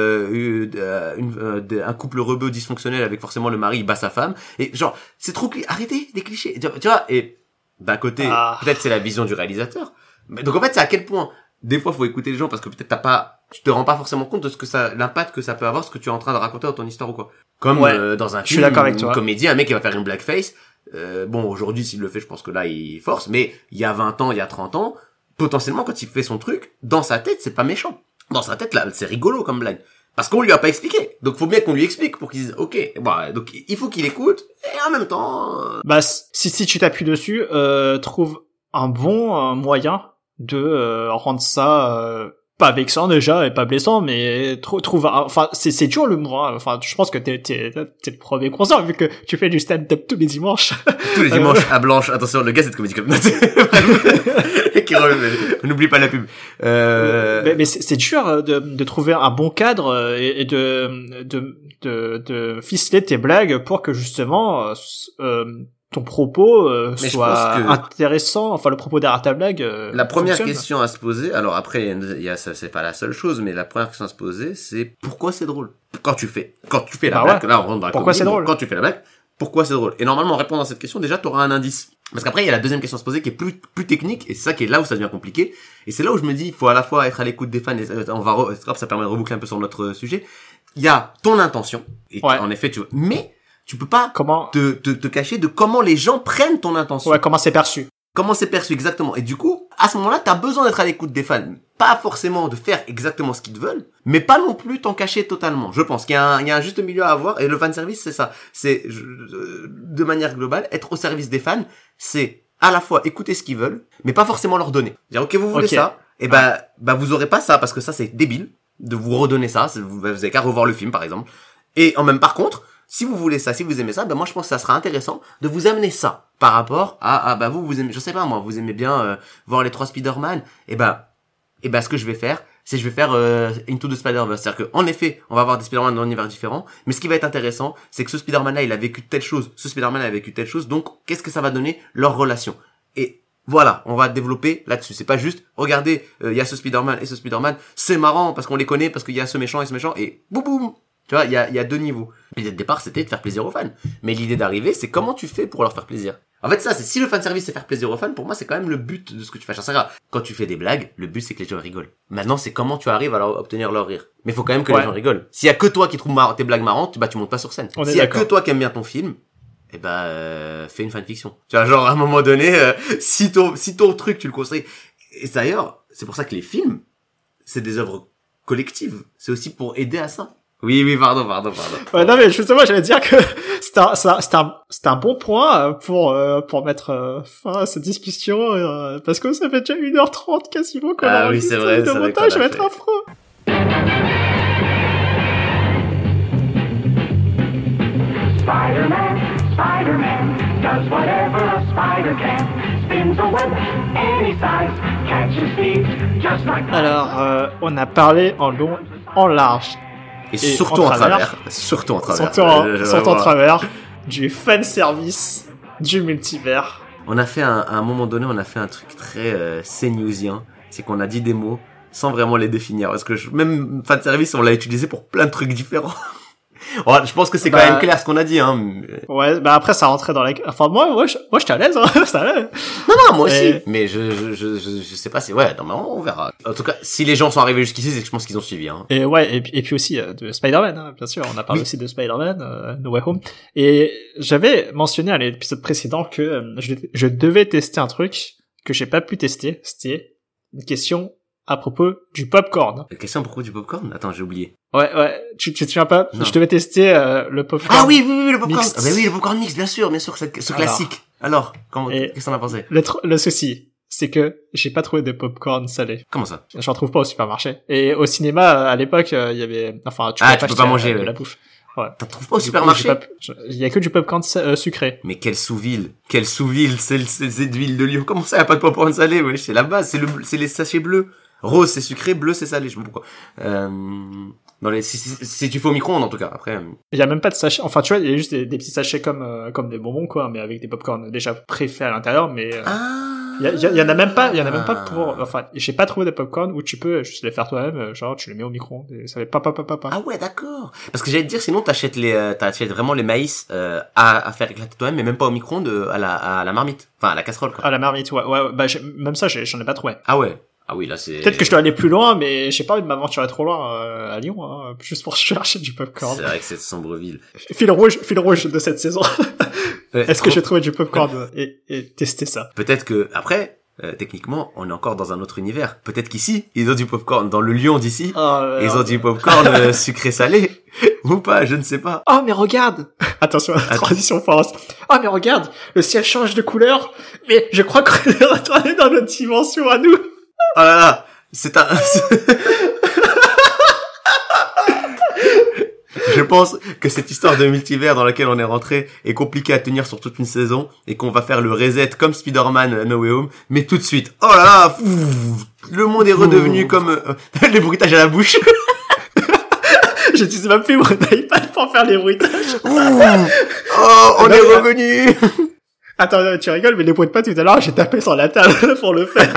euh, euh, une, euh, un couple rebeu dysfonctionnel avec forcément le mari il bat sa femme, et genre c'est trop cli- arrêtez les clichés, tu vois. Et d'un côté, ah. peut-être c'est la vision du réalisateur. Mais donc en fait c'est à quel point des fois faut écouter les gens parce que peut-être t'as pas, tu te rends pas forcément compte de ce que ça, l'impact que ça peut avoir, ce que tu es en train de raconter dans ton histoire ou quoi. Comme ouais, euh, dans un film, une comédie, un mec qui va faire une blackface. Euh, bon aujourd'hui s'il le fait, je pense que là il force, mais il y a vingt ans, il y a trente ans. Potentiellement, quand il fait son truc, dans sa tête, c'est pas méchant. Dans sa tête, là, c'est rigolo comme blague. Parce qu'on lui a pas expliqué. Donc, faut bien qu'on lui explique pour qu'il dise, ok, bah, donc, il faut qu'il écoute, et en même temps... Euh... Bah, si, si tu t'appuies dessus, euh, trouve un bon euh, moyen de euh, rendre ça... Euh... pas vexant déjà et pas blessant, mais trouve trouve enfin c'est c'est dur le mot, hein. Enfin je pense que t'es t'es t'es le premier conscient vu que tu fais du stand-up tous les dimanches tous les dimanches à Blanche. Attention, le gars c'est de Comedy Club. Qui on n'oublie pas la pub. Euh... mais, mais c'est, c'est dur de de trouver un bon cadre et, et de de de de ficeler tes blagues pour que justement euh, ton propos euh, Mais je soit pense que- intéressant, enfin le propos derrière ta blague. Euh, La première fonctionne. question à se poser, alors après, il y a, ça, c'est pas la seule chose, mais la première question à se poser, c'est pourquoi c'est drôle? Quand tu fais, quand tu fais la Bah blague, ouais. là, on rentre dans la Pourquoi comédie, c'est donc drôle Quand tu fais la blague, pourquoi c'est drôle? Et normalement, en répondant à cette question, déjà, t'auras un indice. Parce qu'après, il y a la deuxième question à se poser qui est plus, plus technique, et c'est ça qui est là où ça devient compliqué. Et c'est là où je me dis, il faut à la fois être à l'écoute des fans, et euh, on va, re, ça permet de reboucler un peu sur notre sujet. Il y a ton intention, et Ouais. en effet, tu veux, mais tu peux pas Comment, te, te, te cacher de comment les gens prennent ton intention. ouais, comment c'est perçu. Comment c'est perçu exactement. Et du coup, à ce moment-là, t'as besoin d'être à l'écoute des fans. Pas forcément de faire exactement ce qu'ils veulent, mais pas non plus t'en cacher totalement. Je pense qu'il y a un, il y a un juste milieu à avoir, et le fan service, c'est ça. C'est, je- euh, de manière globale, être au service des fans, c'est à la fois écouter ce qu'ils veulent, mais pas forcément leur donner. Dire, ok, vous voulez Ok. ça, et bah, bah, vous aurez pas ça, parce que ça, c'est débile de vous redonner ça. C'est- Vous, vous avez qu'à revoir le film, par exemple. Et en même, par contre, si vous voulez ça, si vous aimez ça, ben moi je pense que ça sera intéressant de vous amener ça par rapport à, à bah vous vous aimez, je sais pas moi, vous aimez bien euh, voir les trois Spider-Man, et ben et ben ce que je vais faire, c'est je vais faire euh, Into the Spider-Verse, c'est-à-dire que en effet, on va avoir des Spider-Man dans univers différents, mais ce qui va être intéressant, c'est que ce Spider-Man-là, il a vécu telle chose, ce Spider-Man a vécu telle chose, donc qu'est-ce que ça va donner leur relation. Et voilà, on va développer là-dessus. C'est pas juste, regardez, il euh, y a ce Spider-Man et ce Spider-Man, c'est marrant parce qu'on les connaît, parce qu'il y a ce méchant et ce méchant, et boum boum. Tu vois, il y a, il y a deux niveaux. L'idée de départ, c'était de faire plaisir aux fans. Mais l'idée d'arriver, c'est comment tu fais pour leur faire plaisir. En fait, ça, c'est si le fan service, c'est faire plaisir aux fans, pour moi, c'est quand même le but de ce que tu fais. C'est grave. Quand tu fais des blagues, le but, c'est que les gens rigolent. Maintenant, c'est comment tu arrives à leur obtenir leur rire. Mais il faut quand même que Ouais. les gens rigolent. S'il y a que toi qui trouves mar- tes blagues marrantes, bah, tu montes pas sur scène. On est S'il y a d'accord. que toi qui aimes bien ton film, eh ben, euh, fais une fanfiction. Tu vois, genre, à un moment donné, euh, si ton, si ton truc, tu le construis. Et d'ailleurs, c'est pour ça que les films, c'est des œuvres collectives. C'est aussi pour aider à ça. Oui, oui, pardon, pardon, pardon. Ouais, non, mais justement, j'allais dire que c'était un, c'est un, c'est un, c'est un bon point euh, pour, euh, pour mettre euh, fin à cette discussion, euh, parce que ça fait déjà une heure trente quasiment qu'on Ah a oui, c'est enregistré. vrai, Le c'est vrai montage qu'on a va être fait. affreux. Spider-Man, Spider-Man, does whatever a spider can. Spins a web any size, catches thieves just like Alors, euh, on a parlé en long, en large, Et, Et surtout en en travers. travers. Surtout en travers. surtout en, Je- je- surtout en vraiment. travers, du fan service, du multivers. On a fait un, à un moment donné, on a fait un truc très euh, C-newsien. C'est qu'on a dit des mots sans vraiment les définir. Parce que je, même fan service, on l'a utilisé pour plein de trucs différents. Ouais, je pense que c'est quand Bah, même clair ce qu'on a dit, hein. mais- Ouais, bah après ça rentrait dans la... Enfin moi, moi, je- moi j'étais à l'aise, hein, ça allait. Non, non, moi aussi. Et- Mais je, je, je, je, je sais pas si, ouais, non, mais on verra. En tout cas, si les gens sont arrivés jusqu'ici, c'est que je pense qu'ils ont suivi, hein. Et ouais, et, puis- et puis aussi euh, de Spider-Man, hein, bien sûr, on a parlé Oui. aussi de Spider-Man, euh, No Way Home. Et j'avais mentionné à l'épisode précédent que euh, je, je devais tester un truc que j'ai pas pu tester, c'était une question à propos du popcorn. La question à propos du popcorn? Attends, j'ai oublié. Ouais, ouais, tu, tu te souviens pas? Non. Je devais tester euh, le popcorn. Ah oui, oui, oui, le popcorn. Mixte. Ah, bah oui, le popcorn mix, bien sûr, bien sûr, cette- ce Alors. classique. Alors, comment, Et- qu'est-ce qu'on a pensé? Le, tr- le souci, c'est que j'ai pas trouvé de popcorn salé. Comment ça? J'en trouve pas au supermarché. Et au cinéma, euh, à l'époque, euh, il y avait, enfin, tu Ah, pouvais tu peux acheter, pas manger, euh, de ouais. la bouffe. T'en trouves pas au Du coup, supermarché? j'ai pas pu- je- Il y a que du popcorn sa- euh, sucré. Mais quelle sous-ville, quelle sous-ville, c'est, c'est, c'est d'huile de Lyon. Comment ça, y a pas de popcorn salé, wesh? C'est la base, c'est le, c'est les sachets bleus. Rose, c'est sucré, bleu, c'est salé, je sais pas pourquoi. Euh, dans les, si, si, si tu fais au micro-ondes, en tout cas, après. euh, Il y a même pas de sachet. Enfin, tu vois, il y a juste des, des petits sachets comme, euh, comme des bonbons, quoi, mais avec des popcorn déjà préfaits à l'intérieur, mais, euh, Ah! il y, a- il y, a- il y en a même pas, il y en a même pas pour, enfin, j'ai pas trouvé de popcorn où tu peux juste les faire toi-même, euh, genre, tu les mets au micro-ondes et ça fait pa pa pa pa pa. Ah ouais, d'accord. Parce que j'allais te dire, sinon t'achètes les, euh, t'achètes vraiment les maïs, euh, à, à faire éclater toi-même, mais même pas au micro-ondes, euh, à la, à la marmite. Enfin, à la casserole, quoi. À la marmite, ouais, ouais, bah, j'ai- même ça, j'ai- j'en ai pas trouvé. Ah ouais. Ah oui, là, c'est... Peut-être que je dois aller plus loin, mais j'ai pas envie de m'aventurer trop loin, euh, à Lyon, hein, juste pour chercher du popcorn. C'est vrai que c'est Sombreville. Fil rouge, fil rouge de cette saison. Ouais, Est-ce que trop- j'ai trouvé du popcorn et, et tester ça? Peut-être que, après, euh, techniquement, on est encore dans un autre univers. Peut-être qu'ici, ils ont du popcorn. Dans le Lyon d'ici, Oh, ils ont du popcorn euh, sucré-salé. Ou pas, je ne sais pas. Oh, mais regarde! Attention à la Attends. transition force. Oh, mais regarde! Le ciel change de couleur! Mais je crois qu'on est retourné dans notre dimension à nous! Oh là là, c'est un... Je pense que cette histoire de multivers dans laquelle on est rentré est compliquée à tenir sur toute une saison et qu'on va faire le reset comme Spider-Man No Way Home, mais tout de suite. Oh là là, pfff, le monde est redevenu Ouh. comme euh, les bruitages à la bouche. J'utilise même plus mon iPad pour faire les bruitages. Ouh. Oh, on Là, est là. revenu. Attends, tu rigoles, mais les bruits de pas tout à l'heure, j'ai tapé sur la table pour le faire.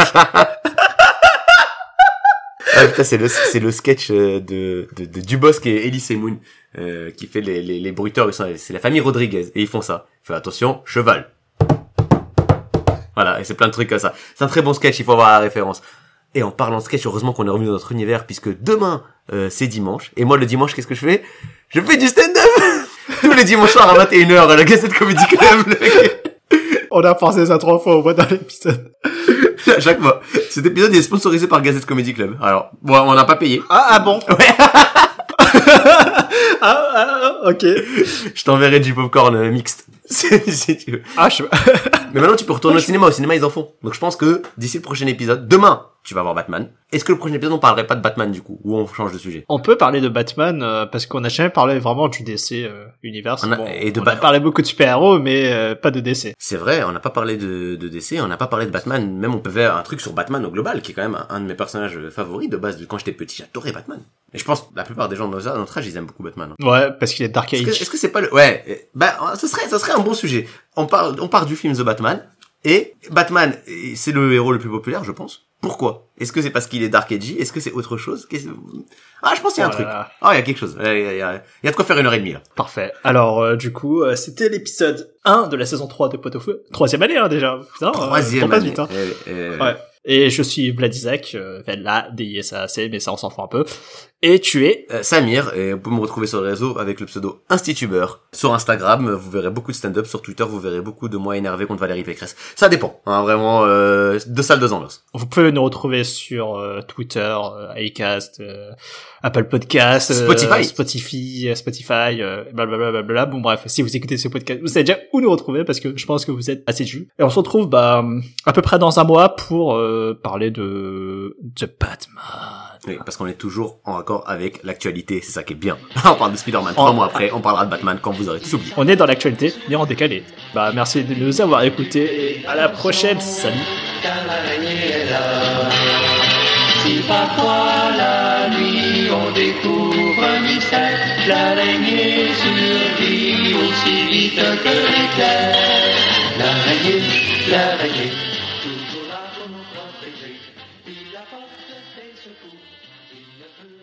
Ah putain, c'est le c'est le sketch de de, de Dubosc et Elise Moon euh, qui fait les les, les bruiteurs. Ils sont, c'est la famille Rodriguez et ils font ça. Fais attention, cheval. Voilà, et c'est plein de trucs comme ça. C'est un très bon sketch, il faut avoir la référence. Et en parlant de sketch, heureusement qu'on est revenu dans notre univers puisque demain euh, c'est dimanche et moi le dimanche qu'est-ce que je fais? Je fais du stand-up tous les dimanches soirs à vingt et une heures à la Gazette Comedy Club. On a pensé ça trois fois au moins dans l'épisode. À chaque fois. Cet épisode est sponsorisé par Gazette Comedy Club. Alors, bon, on n'a pas payé. Ah, ah bon? Ouais. ah, ah, ok. Je t'enverrai du popcorn euh, mixte. si tu veux. Ah, je... Mais maintenant, tu peux retourner au cinéma. Au cinéma, ils en font. Donc, je pense que d'ici le prochain épisode, demain, tu vas voir Batman. Est-ce que le prochain épisode, on parlerait pas de Batman, du coup? Ou on change de sujet? On peut parler de Batman, euh, parce qu'on n'a jamais parlé vraiment du D C euh, Universe. On a- Bon, et de on Ba- a parlé beaucoup de super-héros, mais euh, pas de D C. C'est vrai, on n'a pas parlé de, de D C, on n'a pas parlé de Batman. Même, on peut faire un truc sur Batman au global, qui est quand même un, un de mes personnages favoris de base. De quand j'étais petit, j'adorais Batman. Et je pense, la plupart des gens de notre notre âge, ils aiment beaucoup Batman. Ouais, parce qu'il est Dark Est-ce que, Age. est-ce que c'est pas le, ouais, euh, bah, ce serait, ça serait un bon sujet. On parle, on part du film The Batman. Et Batman, c'est le héros le plus populaire, je pense. Pourquoi? Est-ce que c'est parce qu'il est Dark Age? Est-ce que c'est autre chose? Qu'est-ce... Ah, je pense qu'il y a un Oh truc. là là. Ah, il y a quelque chose. Il y a, il y a, il y a de quoi faire une heure et demie, là. Parfait. Alors, euh, du coup, euh, c'était l'épisode un de la saison trois de Pot au Feu. Troisième année, hein, déjà. Putain, euh, Troisième on passe année. vite, hein. Eh, eh, Ouais. Et je suis Vlad Isaac, euh, enfin, là, D I S A C, mais ça, on s'en fout un peu. Et tu es... Euh, Samir, et vous pouvez me retrouver sur les réseaux avec le pseudo Institubeur. Sur Instagram, vous verrez beaucoup de stand-up. Sur Twitter, vous verrez beaucoup de moi énervé contre Valérie Pécresse. Ça dépend, hein, vraiment, euh, deux salles, deux ambiances. Vous pouvez nous retrouver sur euh, Twitter, euh, Acast, euh, Apple Podcast, euh, Spotify. Spotify, euh, Spotify, euh, blablabla. Bla, bla, bla. Bon bref, si vous écoutez ce podcast, vous savez déjà où nous retrouver parce que je pense que vous êtes assez jus. Et on se retrouve bah à peu près dans un mois pour euh, parler de de Batman. Oui, parce qu'on est toujours en accord avec l'actualité, c'est ça qui est bien. On parle de Spider-Man trois Oh. mois après, on parlera de Batman quand vous aurez tous oublié. On est dans l'actualité, mais en décalé. Bah merci de nous avoir écoutés et à la prochaine. Salut. Car l'araignée est là. Si parfois la nuit on découvre un mystère, l'araignée survit aussi vite que l'éclair. L'araignée, l'araignée.